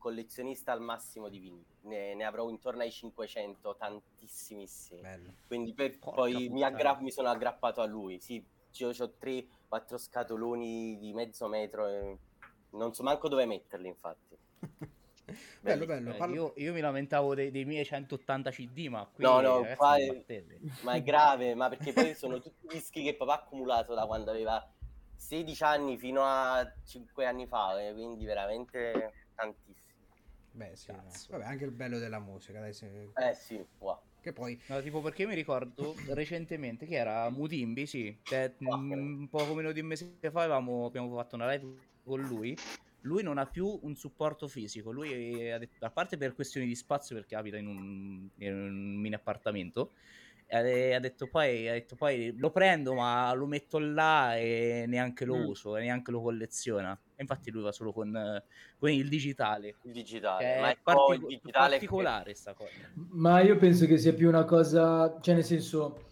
collezionista al massimo di vinili, ne, ne avrò intorno ai cinquecento, tantissimissimi. Bello. Quindi per, Porca poi mi, puttana. aggra- mi sono aggrappato a lui. Sì, io ho tre, quattro scatoloni di mezzo metro e non so manco dove metterli, infatti. Bello, Bellissimo. bello. Eh, Parla- io, io mi lamentavo dei, dei miei centottanta C D, ma qui No, no, ragazzi qua non è- battete. Ma è grave, ma perché poi sono tutti dischi che papà ha accumulato da quando aveva sedici anni fino a cinque anni fa, eh, quindi veramente tantissimi. Beh, sì, no. Cazzo. Vabbè, anche il bello della musica, dai, se- Eh sì, wow. che poi No, tipo perché mi ricordo recentemente che era Mutimbi, sì, cioè, Ah, mm, un poco meno di un mese fa avevamo, abbiamo fatto una live con lui. Lui non ha più un supporto fisico, lui ha detto, a parte per questioni di spazio perché abita in un, in un mini appartamento, e ha detto poi, ha detto poi lo prendo ma lo metto là e neanche lo Mm. uso e neanche lo colleziona. E infatti lui va solo con, eh, con il digitale, Il digitale, cioè ma è ecco partic- il digitale che... particolare sta cosa. Ma io penso che sia più una cosa, cioè nel senso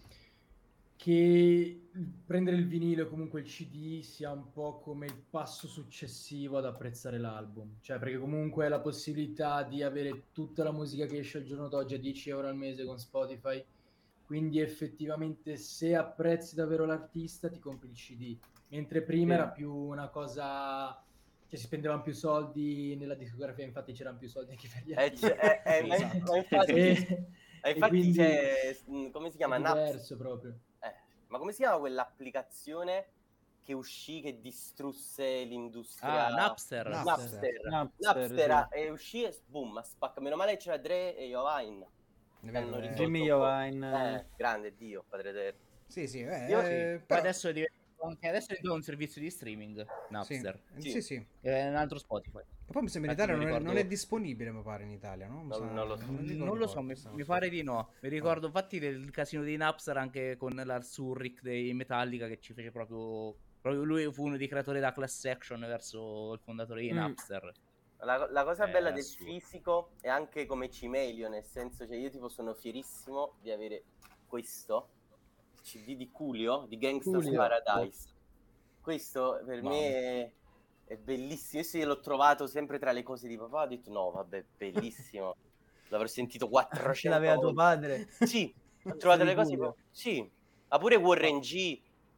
che prendere il vinile o comunque il C D sia un po' come il passo successivo ad apprezzare l'album, cioè perché comunque la possibilità di avere tutta la musica che esce al giorno d'oggi a dieci euro al mese con Spotify, quindi effettivamente se apprezzi davvero l'artista ti compri il C D, mentre prima Sì. era più una cosa, cioè si spendevano più soldi nella discografia, infatti c'erano più soldi anche per gli Eh, artisti. c- eh, eh, ma, Esatto. ma infatti, E- e e infatti quindi c'è, mh, come si è chiama? Napster. diverso proprio. Eh, ma come si chiama quell'applicazione che uscì che distrusse l'industria? Ah, Napster. Napster. Napster. Napster, Napster sì. e uscì e boom, a spacca. Meno male c'era Dre e Jovain. è Che vero, hanno eh. risolto Jimmy un po'. Iovine. Eh, grande Dio, padre eterno. Sì, sì, Io- eh, Sì. eh, Poi però adesso è diventato anche adesso è diventato un servizio di streaming, sì, Napster. sì, Sì. sì. È un altro Spotify. E poi mi sembra in Infatti Italia mi non è, non ricordo- è disponibile, mi pare, in Italia, no? Mi Non- sa- non lo so. non Non, ricordo lo so, mi, questa mi cosa. pare di no. Mi ricordo infatti del casino di Napster anche con Lars Ulrich dei Metallica che ci fece proprio... Proprio lui fu uno dei creatori della class action verso il fondatore di Mm. Napster. La, la cosa È bella del assurdo. fisico è anche come Cimelio, nel senso, cioè io tipo sono fierissimo di avere questo, il C D di Coolio, di Gangsta's Coolio. Paradise. Questo per Wow. me è, è bellissimo. Io se l'ho trovato sempre tra le cose di papà, ho detto no, vabbè, bellissimo. L'avrò sentito Ce quattrocento l'aveva tuo volte. padre? Sì, ho trovato Di le cose. Coolio. Sì, ma pure Warren G,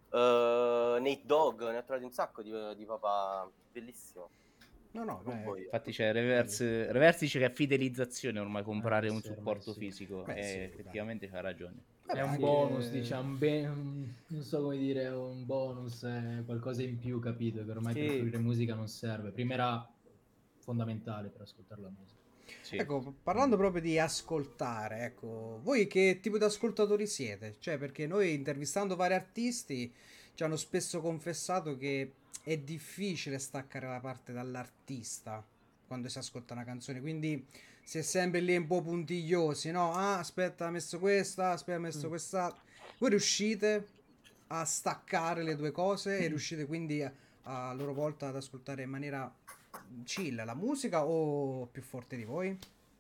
eh, Nate Dogg, ne ho trovati un sacco di, di papà. Bellissimo. No, no, Non beh, voglio. Infatti c'è Reverse, Reverse dice che è fidelizzazione ormai comprare Eh, un sì, ormai supporto sì. fisico Beh, e sì, effettivamente c'ha ragione. vabbè, È un anche- bonus, diciamo, un be- un- non so come dire, un bonus, è qualcosa in più, capito? Che ormai per Sì. fruire musica non serve. Prima era fondamentale per ascoltare la musica. Sì. Ecco, parlando proprio di ascoltare, ecco, voi che tipo di ascoltatori siete? Cioè, perché noi intervistando vari artisti ci hanno spesso confessato che è difficile staccare la parte dall'artista quando si ascolta una canzone, quindi si è sempre lì un po' puntigliosi, no? Ah, aspetta, ha messo questa, aspetta, ha messo Mm. questa. Voi riuscite a staccare le due cose e riuscite quindi a, a loro volta ad ascoltare in maniera chill la musica o più forte di voi?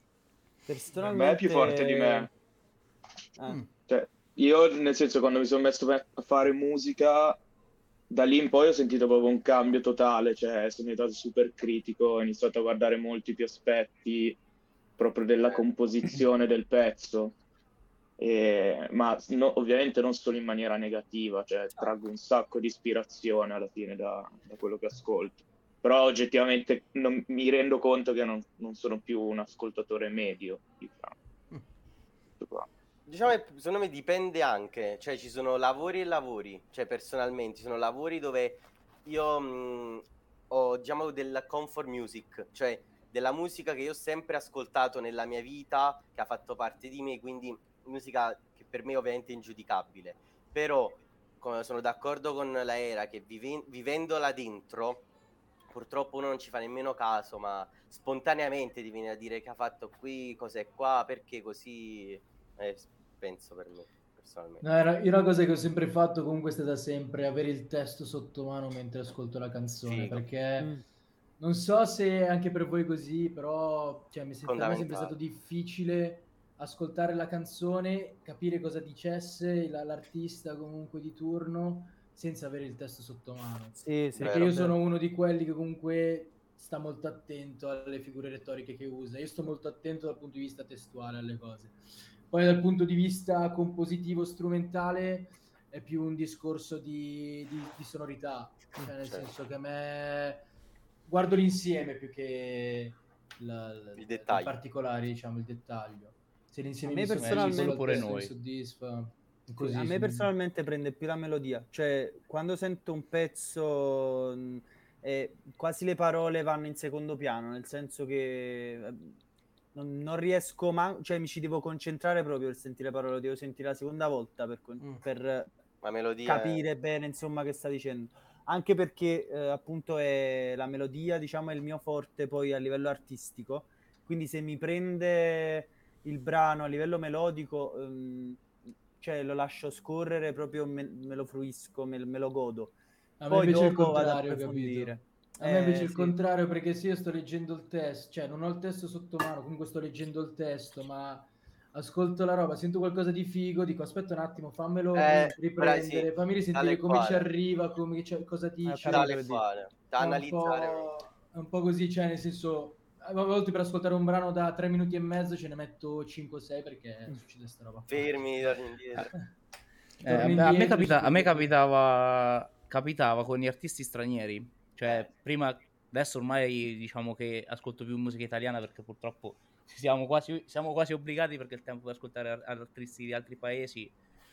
Me è più forte di me. Ah. Mm. Cioè, io, nel senso, quando mi sono messo a fare musica, da lì in poi ho sentito proprio un cambio totale, cioè sono diventato super critico, ho iniziato a guardare molti più aspetti proprio della composizione del pezzo. E- ma no- ovviamente non solo in maniera negativa, cioè traggo un sacco di ispirazione alla fine da, da quello che ascolto. Però oggettivamente non- mi rendo conto che non, non sono più un ascoltatore medio, diciamo. Mm. Tutto qua. Diciamo che secondo me dipende anche, cioè ci sono lavori e lavori, cioè personalmente ci sono lavori dove io mh, ho diciamo della comfort music, cioè della musica che io ho sempre ascoltato nella mia vita, che ha fatto parte di me, quindi musica che per me ovviamente è ingiudicabile, però co- sono d'accordo con la Era che vive- vivendola dentro, purtroppo uno non ci fa nemmeno caso, ma spontaneamente ti viene a dire che ha fatto qui, cos'è qua, perché così, eh, penso per me, personalmente. No, era- io una cosa che ho sempre fatto comunque è stata sempre avere il testo sotto mano mentre ascolto la canzone, Figo. perché Mm. non so se anche per voi è così, però cioè, mi- per me è sempre Fondamentale. stato difficile ascoltare la canzone, capire cosa dicesse la- l'artista comunque di turno senza avere il testo sotto mano. Sì, sì, Perché Vero. io sono uno di quelli che comunque sta molto attento alle figure retoriche che usa, io sto molto attento dal punto di vista testuale alle cose. Poi dal punto di vista compositivo strumentale è più un discorso di, di, di sonorità, cioè nel Certo. senso che a me guardo l'insieme più che la, la, I i dettagli. particolari, diciamo, il dettaglio. Se l'insieme A me mi soddisfa, personalmente- il pure testo mi noi. soddisfa. Sì, Così, a me sono- personalmente prende più la melodia, cioè quando sento un pezzo mh, eh, quasi le parole vanno in secondo piano, nel senso che eh, non, non riesco mai, cioè mi ci devo concentrare proprio per sentire le parole, lo devo sentire la seconda volta per, con- Mm. per La melodia è- capire bene insomma che sta dicendo, anche perché eh, appunto è la melodia, diciamo, è il mio forte poi a livello artistico, quindi se mi prende il brano a livello melodico, ehm, cioè lo lascio scorrere proprio, me, me lo fruisco, me, me lo godo. A me Poi invece è il dopo vado a contrario, approfondire. capito? A me invece è Eh, il sì. contrario, perché se io sto leggendo il testo, cioè non ho il testo sotto mano, comunque sto leggendo il testo, ma ascolto la roba, sento qualcosa di figo, dico aspetta un attimo, fammelo Eh, riprendere, bra- sì, fammi risentire tale come ci quale. arriva, come, cioè, cosa ho dice. capito Tale che dici. quale. Da È un analizzare. po', è un po' così, cioè nel senso, a volte per ascoltare un brano da tre minuti e mezzo ce ne metto cinque o sei perché succede sta roba. qua. Fermi, torni indietro. Eh, a, Torno me- a me, indietro, capita- a me ascolto- capitava, capitava con gli artisti stranieri, cioè Eh. prima, adesso ormai diciamo che ascolto più musica italiana perché purtroppo siamo quasi, siamo quasi obbligati perché il tempo per ascoltare ar- artisti di altri paesi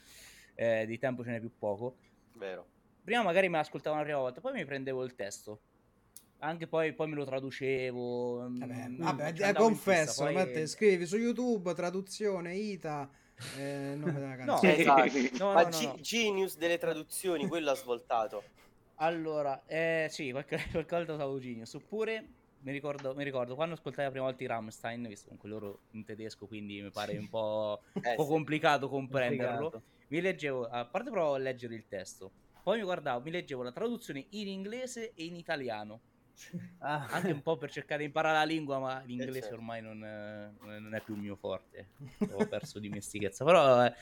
eh, di tempo ce n'è più poco. Vero. Prima magari me l'ascoltavo una prima volta, poi mi prendevo il testo, anche poi, poi me lo traducevo. Vabbè, mm, vabbè, ci eh, andavo in fissa, confesso, poi- Matte, scrivi su YouTube, traduzione, Ita, eh, nome della No, canzone. Esatto. no, Ma no, no, G- no. Genius delle traduzioni, quello ha svoltato. Allora, eh, sì, qualche, qualche volta usavo Genius. Oppure mi ricordo, mi ricordo quando ascoltai la prima volta i Rammstein, visto comunque loro in tedesco, quindi mi pare un po', un Eh, po' sì. complicato comprenderlo. Complicato. Mi leggevo, a parte provavo a leggere il testo, poi mi guardavo, mi leggevo la traduzione in inglese e in italiano. Ah. Anche un po' per cercare di imparare la lingua, ma l'inglese certo. ormai non, eh, non è più il mio forte. Ho perso dimestichezza. Però eh,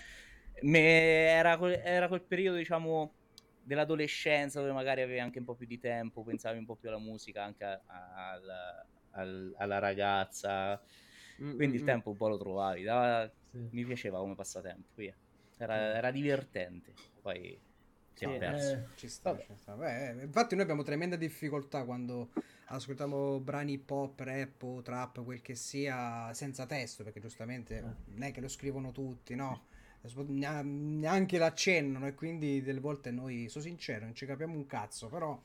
me- era, quel, era quel periodo, diciamo, dell'adolescenza dove magari avevi anche un po' più di tempo, pensavi un po' più alla musica, anche a- a- al- al- alla ragazza. Mm, Quindi mm, il mm. tempo un po' lo trovavi. dava- Sì. Mi piaceva come passatempo. Via. Era, era divertente. Poi si è Sì, perso. Eh, Ci sta, Vabbè. ci sta. Beh, infatti noi abbiamo tremenda difficoltà quando ascoltiamo brani hip hop, rap o trap, quel che sia, senza testo, perché giustamente non è che lo scrivono tutti, no? Nea- Neanche l'accennano e quindi delle volte noi, sono sincero, non ci capiamo un cazzo, però...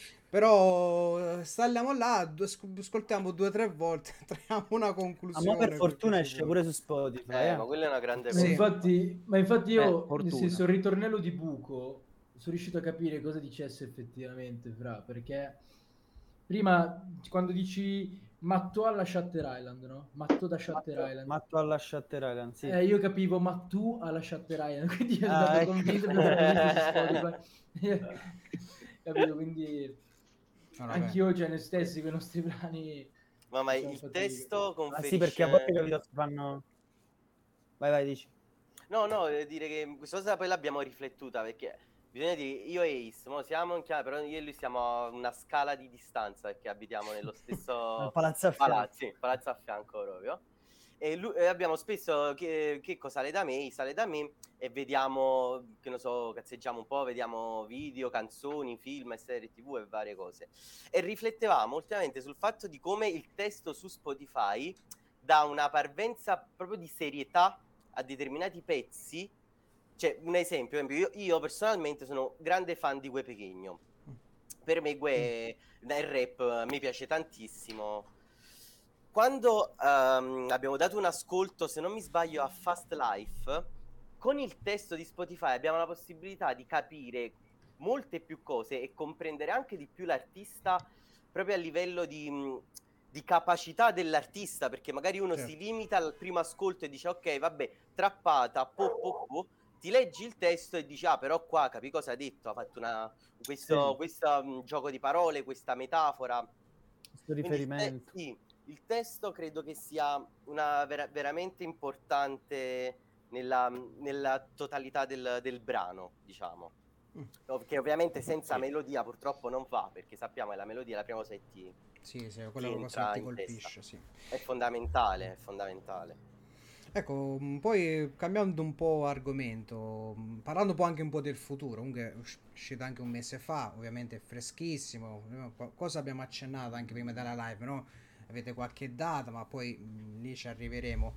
Però eh, stalliamo là, due- ascol- ascoltiamo due o tre volte, traiamo una Ah, conclusione. ma per quel fortuna che si esce può. pure su Spotify. Eh, eh. ma quella è una grande Ma Sì. cosa. infatti, ma infatti io, Eh, nel fortuna. senso, il ritornello di Buco, sono riuscito a capire cosa dicesse effettivamente, fra, perché prima, quando dici Matto alla Shutter Island, no? Matto da Shutter Matto, Island. Matto alla Shutter Island, sì. Eh, io capivo Mattu alla Shutter Island, quindi ero Ah, stato ecco. convinto perché l'avevo visto su Spotify. Capito? Quindi No, vabbè. anch'io, cioè, noi stessi con i nostri brani... Ma, ma facciamo il fatica. testo Ah conferisce... sì, perché a volte capito si fanno... Vai, vai, dici. No, no, devo dire che questa cosa poi l'abbiamo riflettuta, perché bisogna dire, io e Ace, mo siamo in chiave, però io e lui siamo a una scala di distanza, perché abitiamo nello Al stesso palazzo a fianco. palazzo, sì, palazzo a fianco proprio. E, lui, e abbiamo spesso che, che cosa sale da me, sale da me e vediamo, che non so, cazzeggiamo un po', vediamo video, canzoni, film, serie tv e varie cose. E riflettevamo ultimamente sul fatto di come il testo su Spotify dà una parvenza proprio di serietà a determinati pezzi. Cioè, un esempio, io, io personalmente sono grande fan di Gue Pequeno. Per me Gue, nel rap, mi piace tantissimo. Quando um, abbiamo dato un ascolto, se non mi sbaglio, a Fast Life, con il testo di Spotify abbiamo la possibilità di capire molte più cose e comprendere anche di più l'artista proprio a livello di, di capacità dell'artista, perché magari uno Certo. si limita al primo ascolto e dice ok, vabbè, trappata, po, po, po. Ti leggi il testo e dici ah, però qua capi cosa ha detto, ha fatto una, questo, Sì. questo um, gioco di parole, questa metafora. Questo riferimento. Quindi il, te- sì, il testo credo che sia una vera- veramente importante nella, nella totalità del, del brano, diciamo. ov- che ovviamente senza melodia purtroppo non va, perché sappiamo che la melodia è la prima cosa che ti, Sì, sì, ti quella cosa che entra ti in testa. colpisce, sì. È fondamentale, è fondamentale. Ecco, mh, poi cambiando un po' argomento, mh, parlando un po' anche un po' del futuro, comunque è usc- uscito anche un mese fa, ovviamente è freschissimo, eh, qualcosa abbiamo accennato anche prima della live, no? Avete qualche data, ma poi mh, lì ci arriveremo.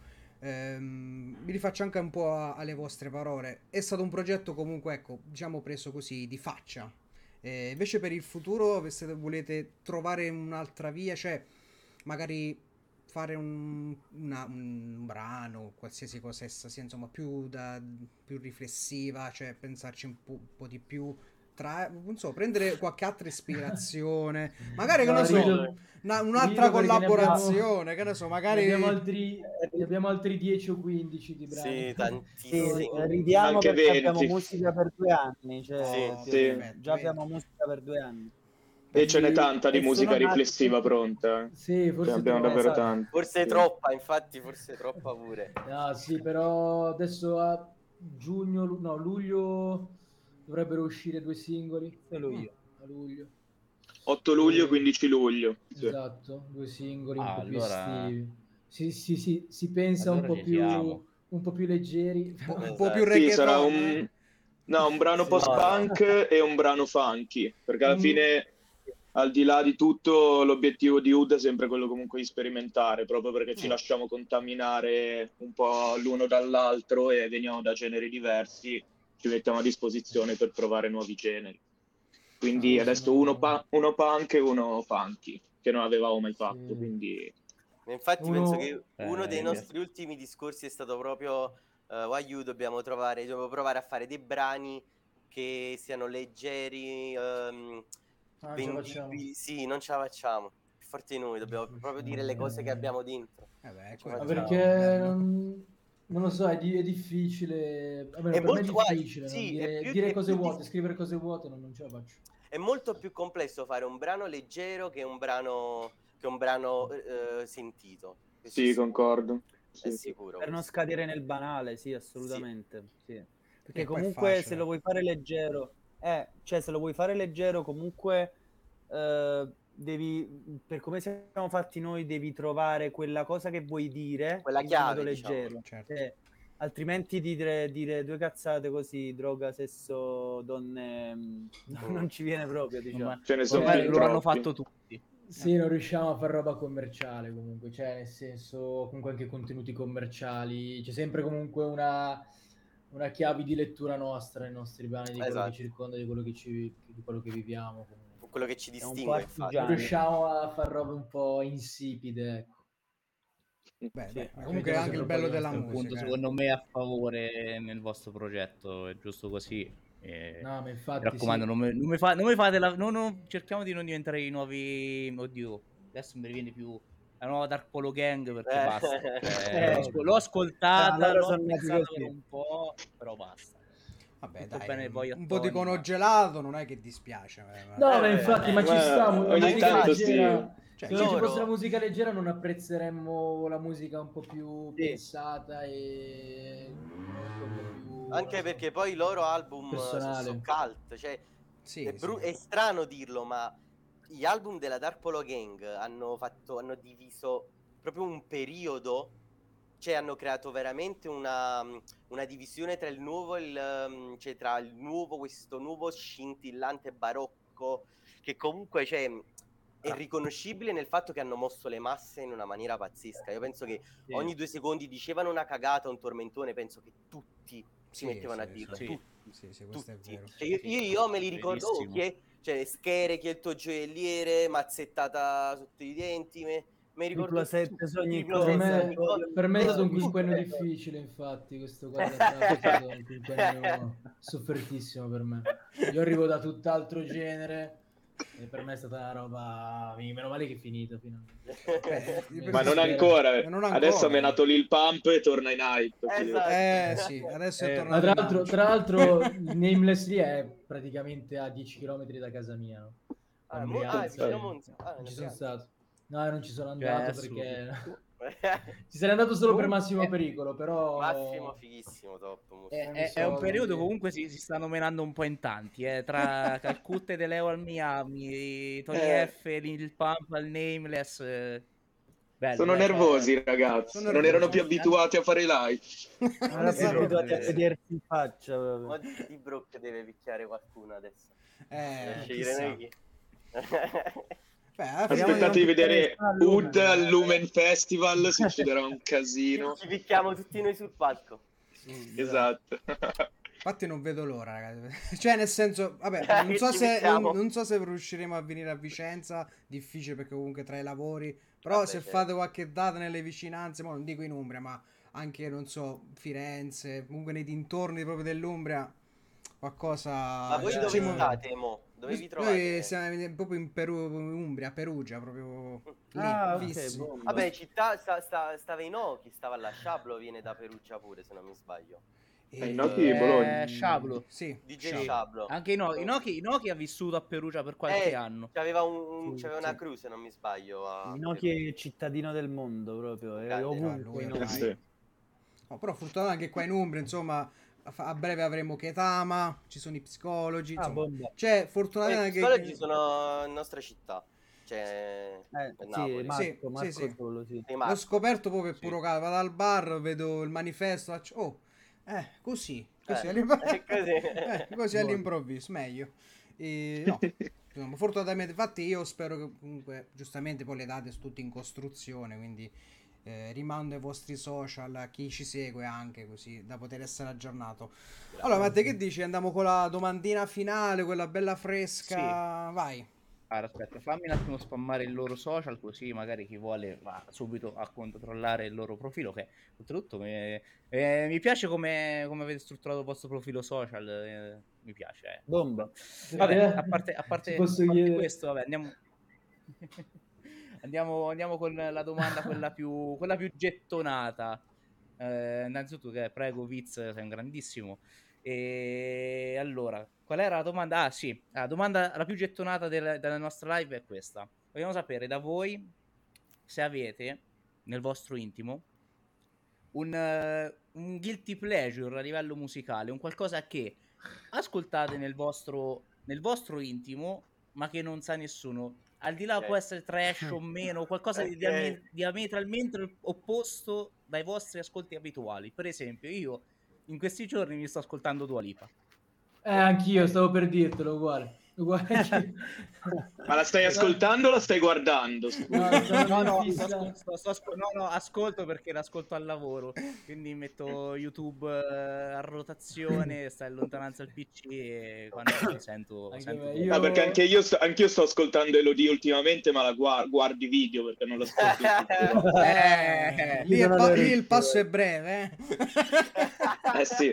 Ehm, mi rifaccio anche un po' a- alle vostre parole. È stato un progetto comunque, ecco, diciamo preso così di faccia. Eh, invece per il futuro, se volete trovare un'altra via, cioè magari fare un, una- un brano, qualsiasi cosa essa sia, insomma, più, da, più riflessiva, cioè pensarci un po', un po' di più, tra, non so, prendere qualche altra ispirazione, magari che No, ne so, rido, una- un'altra rido perché ne abbiamo, collaborazione, che ne so, ne abbiamo magari... altri, ne abbiamo altri dieci o quindici di brani. Sì, Sì, tantissimi. ri- ridiamo Anche perché abbiamo venti. musica per due anni, cioè, Oh, Sì, sì. perfetto, già vedi? abbiamo musica per due anni. E ce n'è Sì, tanta di E sono musica nati riflessiva pronta. eh. sì, Ce forse n'abbiamo troppo. davvero esatto. tanta. Forse Sì. troppa, infatti, forse troppa pure. No, sì, però adesso a giugno, lu- no, luglio dovrebbero uscire due singoli. Solo Mm. io. A luglio. otto luglio, E- quindici luglio. Sì. Esatto, due singoli un Ah, po' più allora, estivi. Si, si, si, si pensa un allora po' ci più, siamo. un po' più leggeri. Un po', però- un po' più Esatto. Sì, sarà reggaeton, un... eh? No, un brano Sì. post-punk e un brano funky, perché alla Un- fine, al di là di tutto, l'obiettivo di Ud è sempre quello comunque di sperimentare, proprio perché ci Mm. lasciamo contaminare un po' l'uno dall'altro e veniamo da generi diversi, ci mettiamo a disposizione per provare nuovi generi. Quindi Ah, adesso sono- uno, pa- uno punk e uno funky, che non avevamo mai fatto, Sì. quindi... Infatti Uno- penso che uno Eh, dei mi- nostri ultimi discorsi è stato proprio uh, Wagyu, dobbiamo trovare, dobbiamo provare a fare dei brani che siano leggeri, ehm, Ah, non ce la facciamo. vendibili. Sì, non ce la facciamo. Più forti di noi, dobbiamo Non ce la proprio dire le cose che facciamo. abbiamo dentro. Eh beh, Non ce quello la Ma è facciamo. perché bello. non, non lo so, è, di- è difficile. Almeno È per me è molto- guarda, difficile non sì, è dire, più- dire è cose più vuote, dif- scrivere cose vuote, non, non ce la faccio. È molto più complesso fare un brano leggero che un brano, che un brano eh, sentito. Questo Sì, è sicuro. concordo. È Sì. sicuro. Per non questo. scadere nel banale, sì, assolutamente. Sì. Perché E poi è comunque facile. se lo vuoi fare leggero, eh, cioè se lo vuoi fare leggero, comunque eh, devi, per come siamo fatti noi, devi trovare quella cosa che vuoi dire Quella in chiave, modo diciamo. leggero. Certo. Eh, altrimenti dire, dire due cazzate così, droga, sesso, donne, mh, Mm. non ci viene proprio, diciamo. Ma- Ce ne sono ormai fin lo hanno troppi. fatto tutti. Sì, non riusciamo a fare roba commerciale comunque, cioè nel senso comunque anche contenuti commerciali, c'è sempre comunque una, una chiave di lettura nostra nei nostri brani, di quello Esatto. che ci circonda, di quello che, ci, di quello che viviamo comunque. Quello che ci È un po' distingue, infatti. Non artigiano. riusciamo a fare robe un po' insipide, ecco. Beh, Sì, beh, ma comunque è mettiamo anche il sempre bello un po' di della È un nostra punto musica. eh. secondo me a favore nel vostro progetto, è giusto così. E No, ma mi infatti raccomando, sì. non, mi, non, mi fa- non mi fate la... no, no, cerchiamo di non diventare i nuovi... Oddio, adesso mi viene più la nuova Dark Polo Gang perché Eh. basta. Cioè, Eh, l'ho, ascol- l'ho ascoltata, allora l'ho sono nati apprezzata così. per un po', però basta. Vabbè, Tutto dai, bene, un, poi a un po' di Tony, cono ma- gelato non è che dispiace. eh, ma- No, Eh, ma beh, infatti, eh, ma ci ma sta, mu- la ogni musica tanto leggera. Cioè, Se non ci loro- fosse la musica leggera non apprezzeremmo la musica un po' più Sì. pensata e un po' più, Anche non so, perché poi i loro album sono personale. so cult, cioè Sì, è, bru- sì. è strano dirlo, ma gli album della Dark Polo Gang hanno fatto, hanno diviso proprio un periodo, cioè hanno creato veramente una, una divisione tra il nuovo e il, um, cioè tra il nuovo, questo nuovo scintillante barocco, che comunque cioè, è riconoscibile nel fatto che hanno mosso le masse in una maniera pazzesca. Io penso che Sì. ogni due secondi dicevano una cagata, un tormentone, penso che tutti si Sì, mettevano sì, a dirlo, sì. tutti. Sì, sì, questo è Tutti. vero. Cioè, io, io, io me li ricordo, oh, Verissimo. chi è? Cioè, Schere, chi è il tuo gioielliere, mazzettata sotto i denti, me, me ricordo Triplo sette, tutti, sogni triplo Per cosa, sette, me, ogni cosa. per me è stato un Tutti. quinquennio difficile, infatti, questo qua della trap è stato un quinquennio soffertissimo per me. Io arrivo da tutt'altro genere e per me è stata una roba... Meno male che è finita finalmente. Beh, Ma non Spero- ancora. Ma non ancora. Adesso ha menato Lil Pump e torna in hype. Esatto. Eh sì, adesso è Eh, tornato Ma tra in l'altro, auge. tra l'altro Nameless lì è praticamente a dieci chilometri da casa mia, no? Ah, A mo- ah, è Brianza, vicino a e Monza. Ah, non ci è sono Brianza. stato. No, non ci sono andato Cioè, perché Ci sarei andato solo per Comunque- Massimo Pericolo, però... Massimo fighissimo, top. molto. È, non è- so, è un periodo quindi- comunque si, si stanno menando un po' in tanti, eh, tra Calcutta e De Leo al Miami, Tony Eh. F, Lil Pump al Nameless. eh, bello, Sono dai, nervosi, cioè- ragazzi. Sono non nervosi. erano più abituati a fare i live. Non era più Esatto. abituati a Eh. vedersi in faccia proprio. Ma di Brook deve picchiare qualcuno adesso. Eh, Scegliere chissà. noi chi. Beh, alla fine- Speriamo Aspettate di non vedere piccare al Lumen. Hood al Lumen Festival, succederà un casino. Ci picchiamo tutti noi sul palco. Esatto. Infatti non vedo l'ora, ragazzi. Cioè, nel senso, vabbè, Eh, non so, ci se, mettiamo. non, non so se riusciremo a venire a Vicenza, difficile perché comunque tra i lavori, però Vabbè, se certo. fate qualche data nelle vicinanze, mo non dico in Umbria, ma anche, non so, Firenze, comunque nei dintorni proprio dell'Umbria, qualcosa... Ma voi ci- dove ci muoviamo. state, mo? Dove vi Noi trovate? siamo proprio in Peru, in Umbria, Perugia, proprio lì, Ah, ok, fissi. bomba. Vabbè, città sta, sta, stava in Ochi, stava alla Sciablo, viene da Perugia pure, se non mi sbaglio. E- Eh, Inoki di Bologna. Eh, Sciablo. Sì, D J Sciablo. Sciablo. Anche Inoki, Inoki, Inoki ha vissuto a Perugia per qualche Eh, anno. C'aveva, un, Sì, c'aveva sì. una crew, se non mi sbaglio. A... Inoki è cittadino del mondo proprio, è Grande. Ah, ovunque lui è Inoki. Eh, sì. No, però fortunatamente anche qua in Umbria, insomma, a, fa- a breve avremo Ketama, ci sono i psicologi, Ah, insomma. bomba. Cioè, Poi fortunatamente I anche... psicologi sono in nostra città. Cioè, Eh, per sì, Napoli. Marco, Sì, Marco sì, sì. solo, sì. Sì, L'ho Marco. scoperto proprio per Sì. puro caso, vado al bar, vedo il manifesto, faccio, oh, eh, così, così, Eh, all'impro- è così. eh, così Buono. all'improvviso, meglio. E, no, insomma, fortunatamente, infatti io spero che comunque, giustamente poi le date sono tutte in costruzione, quindi eh, rimando ai vostri social, a chi ci segue anche, così da poter essere aggiornato. Allora, Matte, che dici? Andiamo con la domandina finale, quella bella fresca, vai. Allora, aspetta, fammi un attimo spammare il loro social, così magari chi vuole va subito a controllare il loro profilo, che oltretutto mi, eh, mi piace come, come avete strutturato il vostro profilo social, eh, mi piace. eh. Bomba. Vabbè, Eh, a parte, a parte, ti posso a parte chiedere? questo, vabbè, andiamo... andiamo, andiamo con la domanda quella più, quella più gettonata. Eh, innanzitutto, che prego, Viz, sei un grandissimo. E allora, qual era la domanda? Ah, sì, la domanda la più gettonata del- della nostra live è questa. Vogliamo sapere da voi se avete nel vostro intimo un, eh, un guilty pleasure a livello musicale, un qualcosa che ascoltate nel vostro, nel vostro intimo, ma che non sa nessuno. Al di là Ok. può essere trash o meno, qualcosa di Ok. diame- diametralmente opposto dai vostri ascolti abituali. Per esempio, io in questi giorni mi sto ascoltando Dua Lipa. Eh, anch'io stavo per dirtelo, uguale. Uguale anch'io. Ma la stai ascoltando o la stai guardando? No, sono No, no, in sto fissa. ascol- sto- sto ascol- no, no, ascolto perché l'ascolto al lavoro, quindi metto YouTube eh, a rotazione, sta in lontananza al P C e quando sento, Anche sento me, Dua io- No, perché anche io, sto, anche io sto ascoltando Elodie ultimamente, ma la guar- guardi video perché non l'ascolto in tutto. Eh, lì, Gli è sono pa- le lì il orecchie, passo eh. è breve, eh. Eh sì.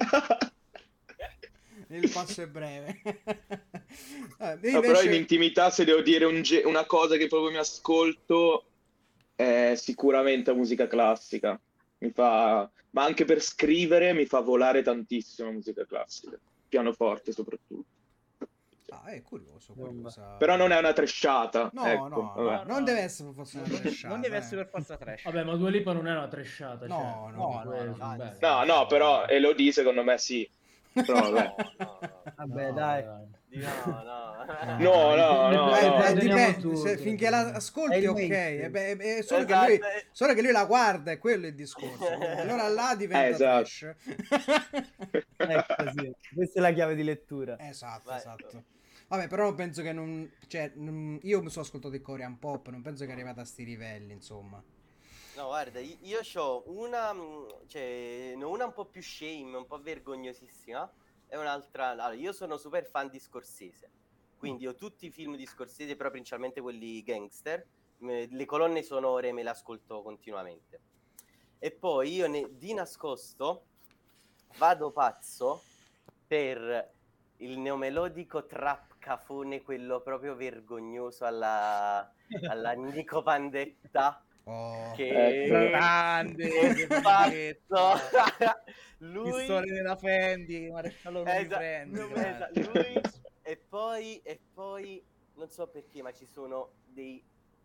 Il passo è breve. Eh, No, invece- però in intimità, se devo dire un ge- una cosa che proprio mi ascolto, è sicuramente musica classica. Mi fa, ma anche per scrivere mi fa volare tantissimo musica classica, pianoforte soprattutto. Ah, è curioso, Bomba. curiosa. Però non è una tresciata. No, ecco, no, vabbè. no, non deve essere forse una Non- trashata, non deve eh. essere per forza trash. Vabbè, ma Dua Lipa non è una trashata. No, cioè, no, comunque no, no, sono no, belle. No, no, però Elodie secondo me sì. Però vabbè. No, no, Vabbè, No, dai. Di no, no. No, no, no, Eh, no. beh, Teniamo dipende, tutto, se- finché la ascolti È il ok, mainstream. eh, beh, eh, solo, Esatto, che lui, eh. solo che lui la guarda, è quello il discorso. Allora là diventa Eh, esatto. trash. Ecco, sì. Questa è la chiave di lettura. Esatto, Vai. esatto. Vabbè, però non penso che non... Cioè, non- io mi sono ascoltato il Korean Pop, non penso che è arrivata a sti livelli, insomma. No, guarda, io, io ho una, mh, cioè, ne ho una un po' più shame, un po' vergognosissima, e un'altra... Allora, io sono super fan di Scorsese, quindi ho tutti i film di Scorsese, però principalmente quelli gangster, me- le colonne sonore me le ascolto continuamente. E poi io ne- di nascosto vado pazzo per il neomelodico trap cafone, quello proprio vergognoso alla, alla Nico Pandetta. Oh. Che Grande, che che pazzo. Lui Pistole della Fendi, maresciallo non mi Esa- prendi. non- grande. esa- lui e poi e poi non so perché, ma ci sono dei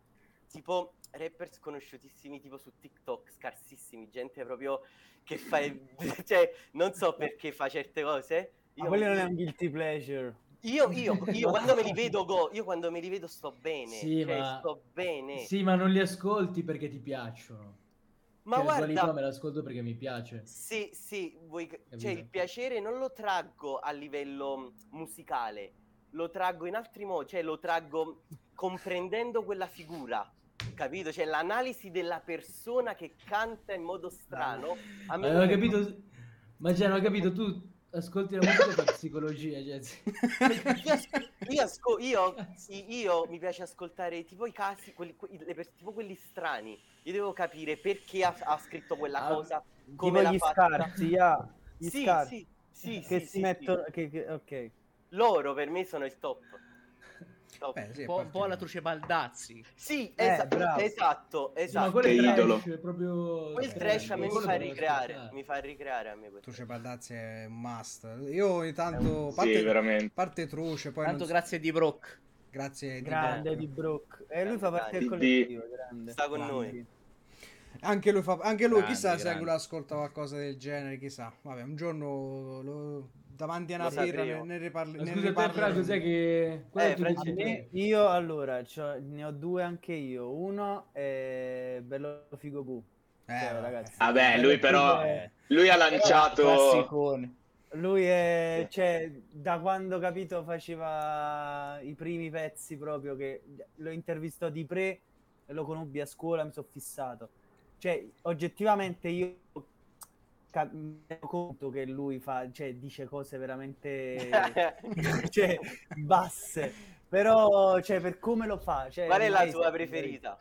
tipo rapper sconosciutissimi tipo su TikTok, scarsissimi, gente proprio che fa, cioè non so perché fa certe cose. Ma Io, quello non è un guilty pleasure. io, io, io quando me li vedo go, io quando me li vedo sto bene, Sì, cioè ma... sto bene. Sì, ma non li ascolti perché ti piacciono. Ma Cioè, Dua guarda, Lipa me l'ascolto perché mi piace. sì, sì, vuoi, cioè Capito? il piacere non lo traggo a livello musicale, lo traggo in altri modi, cioè lo traggo comprendendo quella figura, capito? Cioè l'analisi della persona che canta in modo strano. A me Ma non ho mi- capito... Ma già, non ho capito, tu ascolti la musica e fai psicologia, cioè... sì. Io, asco- io, asco- io, sì, io mi piace ascoltare tipo i casi, quelli, que- le pers- tipo quelli strani. Io devo capire perché ha, ha scritto quella Ah, cosa, Tipo come l'ha gli fatta. scarsi, yeah. Gli Sì, scarsi sì, sì, che sì, si sì, mettono... Che, che- ok. sì. Loro per me sono il top. Top. Beh, sì, Un a po', un parte po' alla che- Truce Baldazzi. Sì, Eh, esa- bravo. esatto, Sì, ma esatto. quello è Che trash, idolo. è proprio Quel Vabbè, trash a me mi quello fa devo ricreare, ascoltare. mi fa ricreare a me questo. Truce Baldazzi è un must. Io ogni tanto, Sì, parte, veramente. parte Truce, poi Tanto non so- grazie di Brock. grazie di Grande Brock. di Brook. E lui Grande fa parte del Dani. collettivo, grande. Sta con Grande. noi. Anche lui, fa, anche lui Grande, chissà se grande. anche lui ascolta qualcosa del genere, chissà. Vabbè, un giorno lo- davanti a una Lo birra ne, sapremo. ne, riparli, Ma ne scusa, te Fra, riparleremo. cos'è che... Qual è Eh, il tuo Fra- A guilty me, pleasure? io allora c'ho- ne ho due anche io. Uno è Bello Figo Bu. Eh, Cioè, vabbè. ragazzi, Vabbè, Bello lui Figo però, è- lui ha Però- lanciato... Classicone. Lui è, cioè, da quando capito faceva i primi pezzi proprio che lo intervistò di pre e lo conobbi a scuola, mi sono fissato. Cioè, oggettivamente io cap- mi rendo conto che lui fa, cioè, dice cose veramente cioè, basse, però cioè, per come lo fa, cioè, Qual è la ormai tua sei- preferita?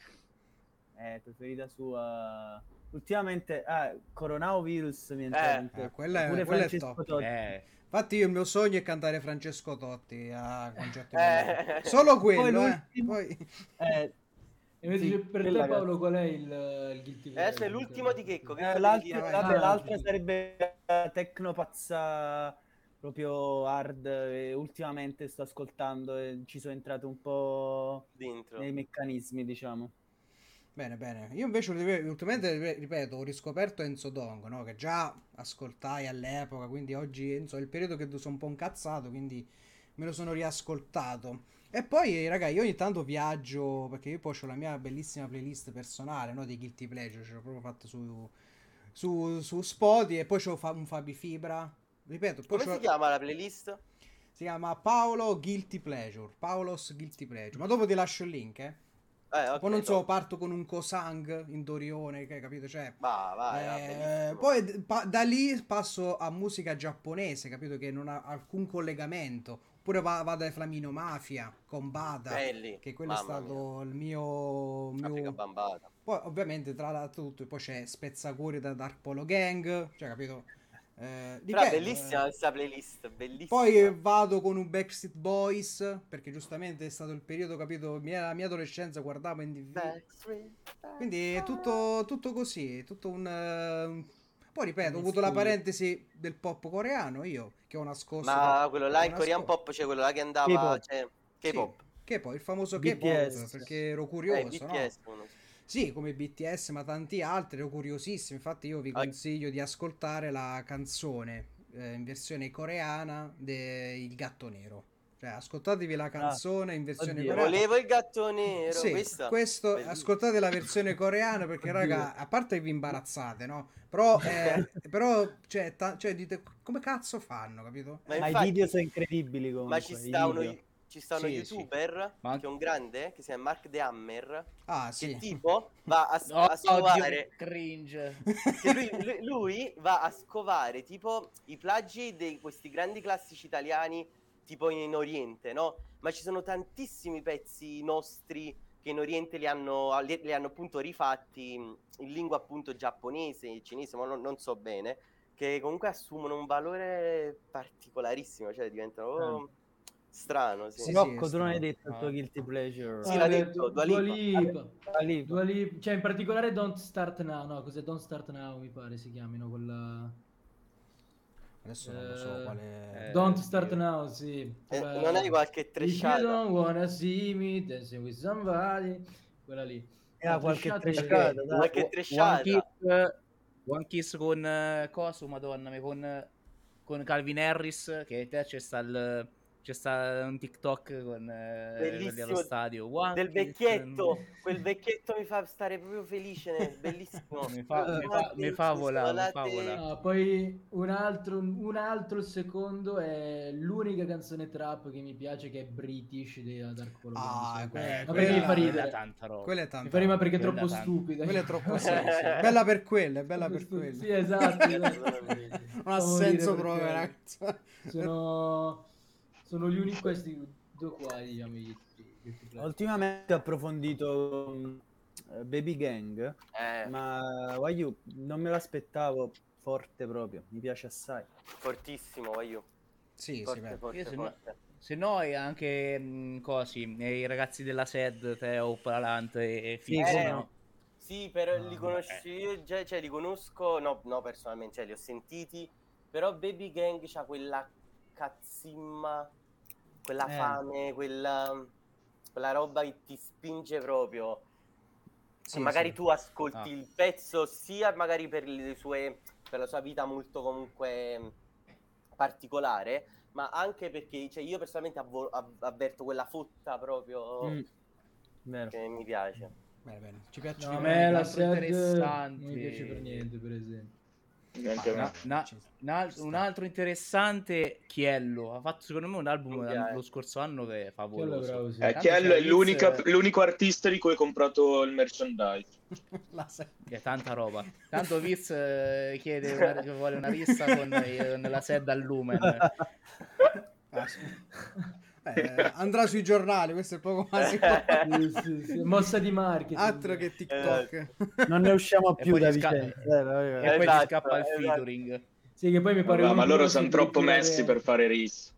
Eh, preferita sua. Ultimamente, ah, coronavirus mi è entrato Eh. in testa. Eh, quella è- Pure quella è Francesco top. Totti. Eh, Infatti io il mio sogno è cantare Francesco Totti a concerto di Eh. Milano. Solo quello, Poi eh. l'ultimo- Poi... Eh, E invece sì, per quella te che- Paolo qual è il, il guilty pleasure? Adesso è l'ultimo di Checco. Che eh, cosa l'altro, devi dire? vai. vabbè, Ah, l'altra sì. sarebbe eh, Tecno Pazza, proprio hard. E ultimamente sto ascoltando e ci sono entrato un po' Dentro. nei meccanismi, diciamo. Bene, bene. Io invece ultimamente, ripeto, ho riscoperto Enzo Dong, no? Che già ascoltai all'epoca, quindi oggi Enzo è il periodo che sono un po' incazzato, quindi me lo sono riascoltato. E poi, raga, io ogni tanto viaggio, perché io poi ho la mia bellissima playlist personale, no? Di Guilty Pleasure, ce l'ho proprio fatta su, su, su Spotify, e poi c'ho fa- un Fabi Fibra. Ripeto, poi Come c'ho- si chiama la playlist? si chiama Paolo Guilty Pleasure, Paolo's Guilty Pleasure. Ma dopo ti lascio il link, eh. Eh, ok, Poi non so, top. parto con un Kosang in Dorione, che capito? Cioè, Va, vai, va, eh, bellissimo. poi d- pa- da lì passo a musica giapponese, capito? Che non ha alcun collegamento. Oppure va- vado ai Flamino Mafia, con Bada, Belli. che quello è Mamma stato il mio... mio- Africa Bambata. Poi ovviamente tra l'altro tutto, poi c'è Spezzacuori da Dark Polo Gang, cioè capito? Eh, Però ripeto, bellissima eh. questa playlist, bellissima. Poi eh, vado con un Backstreet Boys, perché giustamente è stato il periodo, capito, mia, la mia adolescenza guardavo in D V. Backstreet, Quindi è tutto, tutto così, tutto un... eh, un- Poi ripeto, ho Un avuto la stile. parentesi del pop coreano, io, che ho nascosto... Ma quello là, ho il Korean nasco- Pop, c'è quello là che andava, K-pop. cioè, Sì, K-pop. K-pop, il famoso B T K-pop, S. perché ero Eh, curioso, no? B T S uno. Sì, come B T S, ma tanti altri, ero curiosissimo. Infatti io vi Ah. consiglio di ascoltare la canzone eh, in versione coreana de Il Gatto Nero. Cioè, ascoltatevi la canzone in versione oddio. coreana. Volevo il gatto nero, Sì, questa. questo, Bellissima. ascoltate la versione coreana perché, raga, a parte che vi imbarazzate, no? Però, eh, però cioè, ta- cioè, dite, come cazzo fanno, capito? Ma Ma infatti- i video sono incredibili comunque. Ma ci i sta uno, video. ci sta uno Sì, youtuber Ma- che è un grande, che si chiama Mark The Hammer, Ah, che sì. tipo va a, oh, a scovare... oddio, cringe. che lui, lui- lui va a scovare tipo i plagi di questi grandi classici italiani tipo in Oriente, no? Ma ci sono tantissimi pezzi nostri che in Oriente li hanno, li, li hanno appunto rifatti in lingua appunto giapponese, cinese, ma non, non so bene, che comunque assumono un valore particolarissimo, cioè diventano oh, strano, sì. Sì, Rocco, sì, tu non hai strano. detto il tuo Ah. guilty pleasure. Sì, Ah, l'ha beh, detto, Du- Dua Dua Lipa. Lipa. Dua Lipa. Dua Lipa. Cioè in particolare Don't Start Now, no, cos'è Don't Start Now mi pare si chiamino quella... Adesso non lo so Eh, quale... eh, Don't Start Dio. Now, sì. Eh, Quella- non hai qualche If you trashata? don't wanna see me dancing with somebody, quella lì. Ah, No, qualche tresciate- tresciata, dai. Qualche One tresciata. Kiss, One Kiss con eh, coso, madonna mia, con, con Calvin Harris, che te c'è sta il, c'è sta un TikTok con eh, quelli allo Bellissimo, stadio. One del Kiss, vecchietto, quel vecchietto mi fa stare proprio felice, ne- bellissimo. mi fa, mi fa, mi fa volare, mi fa volare. Ah, poi un altro, un altro, il secondo è l'unica canzone trap che mi piace, che è British di Dark Polo Ah, Gang. que- Ma Eh, perché quella- mi fa quella ridere? è tanta roba. Quella è Mi tanta fa ridere perché è Quella troppo tanto. stupida. Quella è troppo sì, sì. Bella per quelle, bella per Sì, quelle. Sì, esatto. esatto. Non ha Fa morire senso per proprio, quello. ragazzi. Sono, sono gli unici, questi due qua, diciamo, gli guilty pleasure. Ultimamente ho approfondito um, eh, Baby Gang, Eh, ma Wayu non me l'aspettavo forte proprio, mi piace assai. fortissimo, voglio. Sì, sì, Forte, beh. forte, Io se no- forte. Se no è anche mh, cosi, eh, i ragazzi della S E D, Teo, Palante e Sì, Fizzo, come Eh, no. Sì, però No, li no. conosco io già, cioè li conosco, no, no, personalmente, cioè li ho sentiti, però Baby Gang c'ha quella cazzimma, quella Eh. fame, quella, quella roba che ti spinge proprio. Sì, magari sì. tu ascolti Ah. il pezzo sia magari per le sue, per la sua vita molto comunque particolare, ma anche perché, cioè, io personalmente avvo- av- avverto quella fotta proprio Mm, vero. che mi piace. Bene, bene. Ci piace. No, a ci me piace. la altro S E D non interessante- mi piace per niente, per esempio. Neanche Ma- me. Na- na- Ci- un, al- ci un sta. altro interessante, Chiello, ha fatto secondo me un album Mi l'an- piace. lo scorso anno che è Quello è favoloso. bravo, sì. Eh, Tanto Chiello c'è è Wiz, l'unica- eh, l'unico artista di cui ho comprato il merchandise. La se- È tanta roba. Tanto Viz eh, chiede una, che vuole una rissa con, eh, nella S E D al Lumen. Ah, sì. Eh, andrà sui giornali, questo è poco ma Eh, sicuro. Sì, sì, sì. Mossa di marketing. Altro che TikTok. Non ne usciamo E più poi da ti sca- Vicenza. eh, vabbè, E vabbè. poi ti Esatto, scappa il esatto. featuring. Sì, che poi mi pare Vabbè, ma l'unico loro che sono si troppo ritira messi re- per fare ris.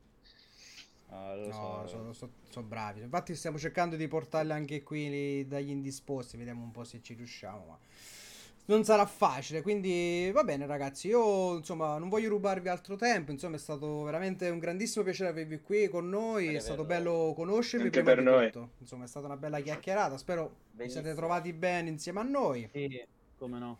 Ah, lo No, so. sono, so- so bravi. Infatti stiamo cercando di portarli anche qui li- dagli indisposti, vediamo un po' se ci riusciamo, ma non sarà facile, quindi va bene ragazzi, io insomma non voglio rubarvi altro tempo, insomma è stato veramente un grandissimo piacere avervi qui con noi, Anche è stato per noi. bello conoscervi Anche prima per di noi. tutto, insomma è stata una bella chiacchierata, spero vi siate Bellissimo. trovati bene insieme a noi. Sì, come no.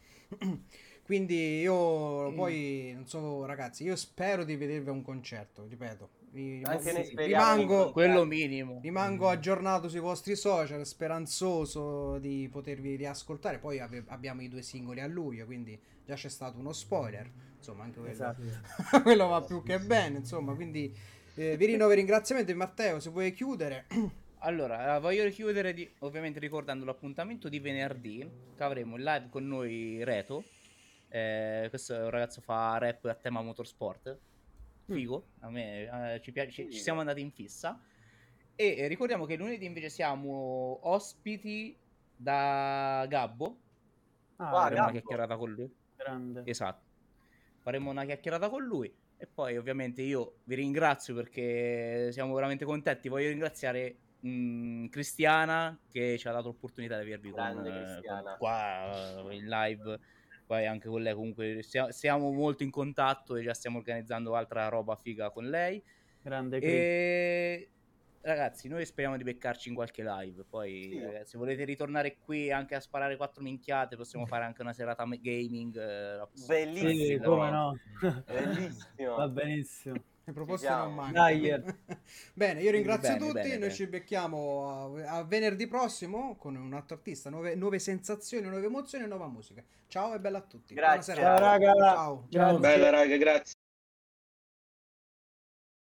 Quindi io poi non so ragazzi, io spero di vedervi a un concerto, ripeto. Vi- Anche noi vi- speriamo di rimango, incontrarvi. Quello minimo. rimango aggiornato sui vostri social, speranzoso di potervi riascoltare. Poi ave- abbiamo i due singoli a luglio, quindi già c'è stato uno spoiler, insomma anche quello, Esatto. quello va più che bene, insomma, quindi eh, vi rinnovo i ringraziamenti. Matteo, se vuoi chiudere. Allora, eh, voglio chiudere di- ovviamente ricordando l'appuntamento di venerdì, che avremo in live con noi Reto. Eh, questo è un ragazzo che fa rap a tema motorsport. Figo, a me eh, ci piace, ci, ci siamo andati in fissa. E eh, ricordiamo che lunedì invece siamo ospiti da Gabbo. Ah, Guarda, Faremo una Gabbo. chiacchierata con lui. grande. Esatto. Faremo una chiacchierata con lui. E poi ovviamente io vi ringrazio perché siamo veramente contenti. Voglio ringraziare mh, Cristiana che ci ha dato l'opportunità di avervi con, Grande eh, Cristiana. con- qua eh, in live. Poi anche con lei comunque sia- siamo molto in contatto e già stiamo organizzando altra roba figa con lei. Grande Chris. E ragazzi, noi speriamo di beccarci in qualche live. Poi, Sì. eh, se volete ritornare qui anche a sparare quattro minchiate, possiamo fare anche una serata me- gaming. eh, la possiamo- Bellissimo. Sì, come no. Bellissimo. Va benissimo. Le proposte Ci non siamo. mancano. Dai, eh. Bene, io ringrazio Bene, tutti. bene, Noi bene. ci becchiamo a, a venerdì prossimo con un altro artista, nuove, nuove sensazioni, nuove emozioni e nuova musica. Ciao e bella a tutti. Grazie. Buona serata. Ciao, raga. Ciao. Ciao. Bella raga, grazie.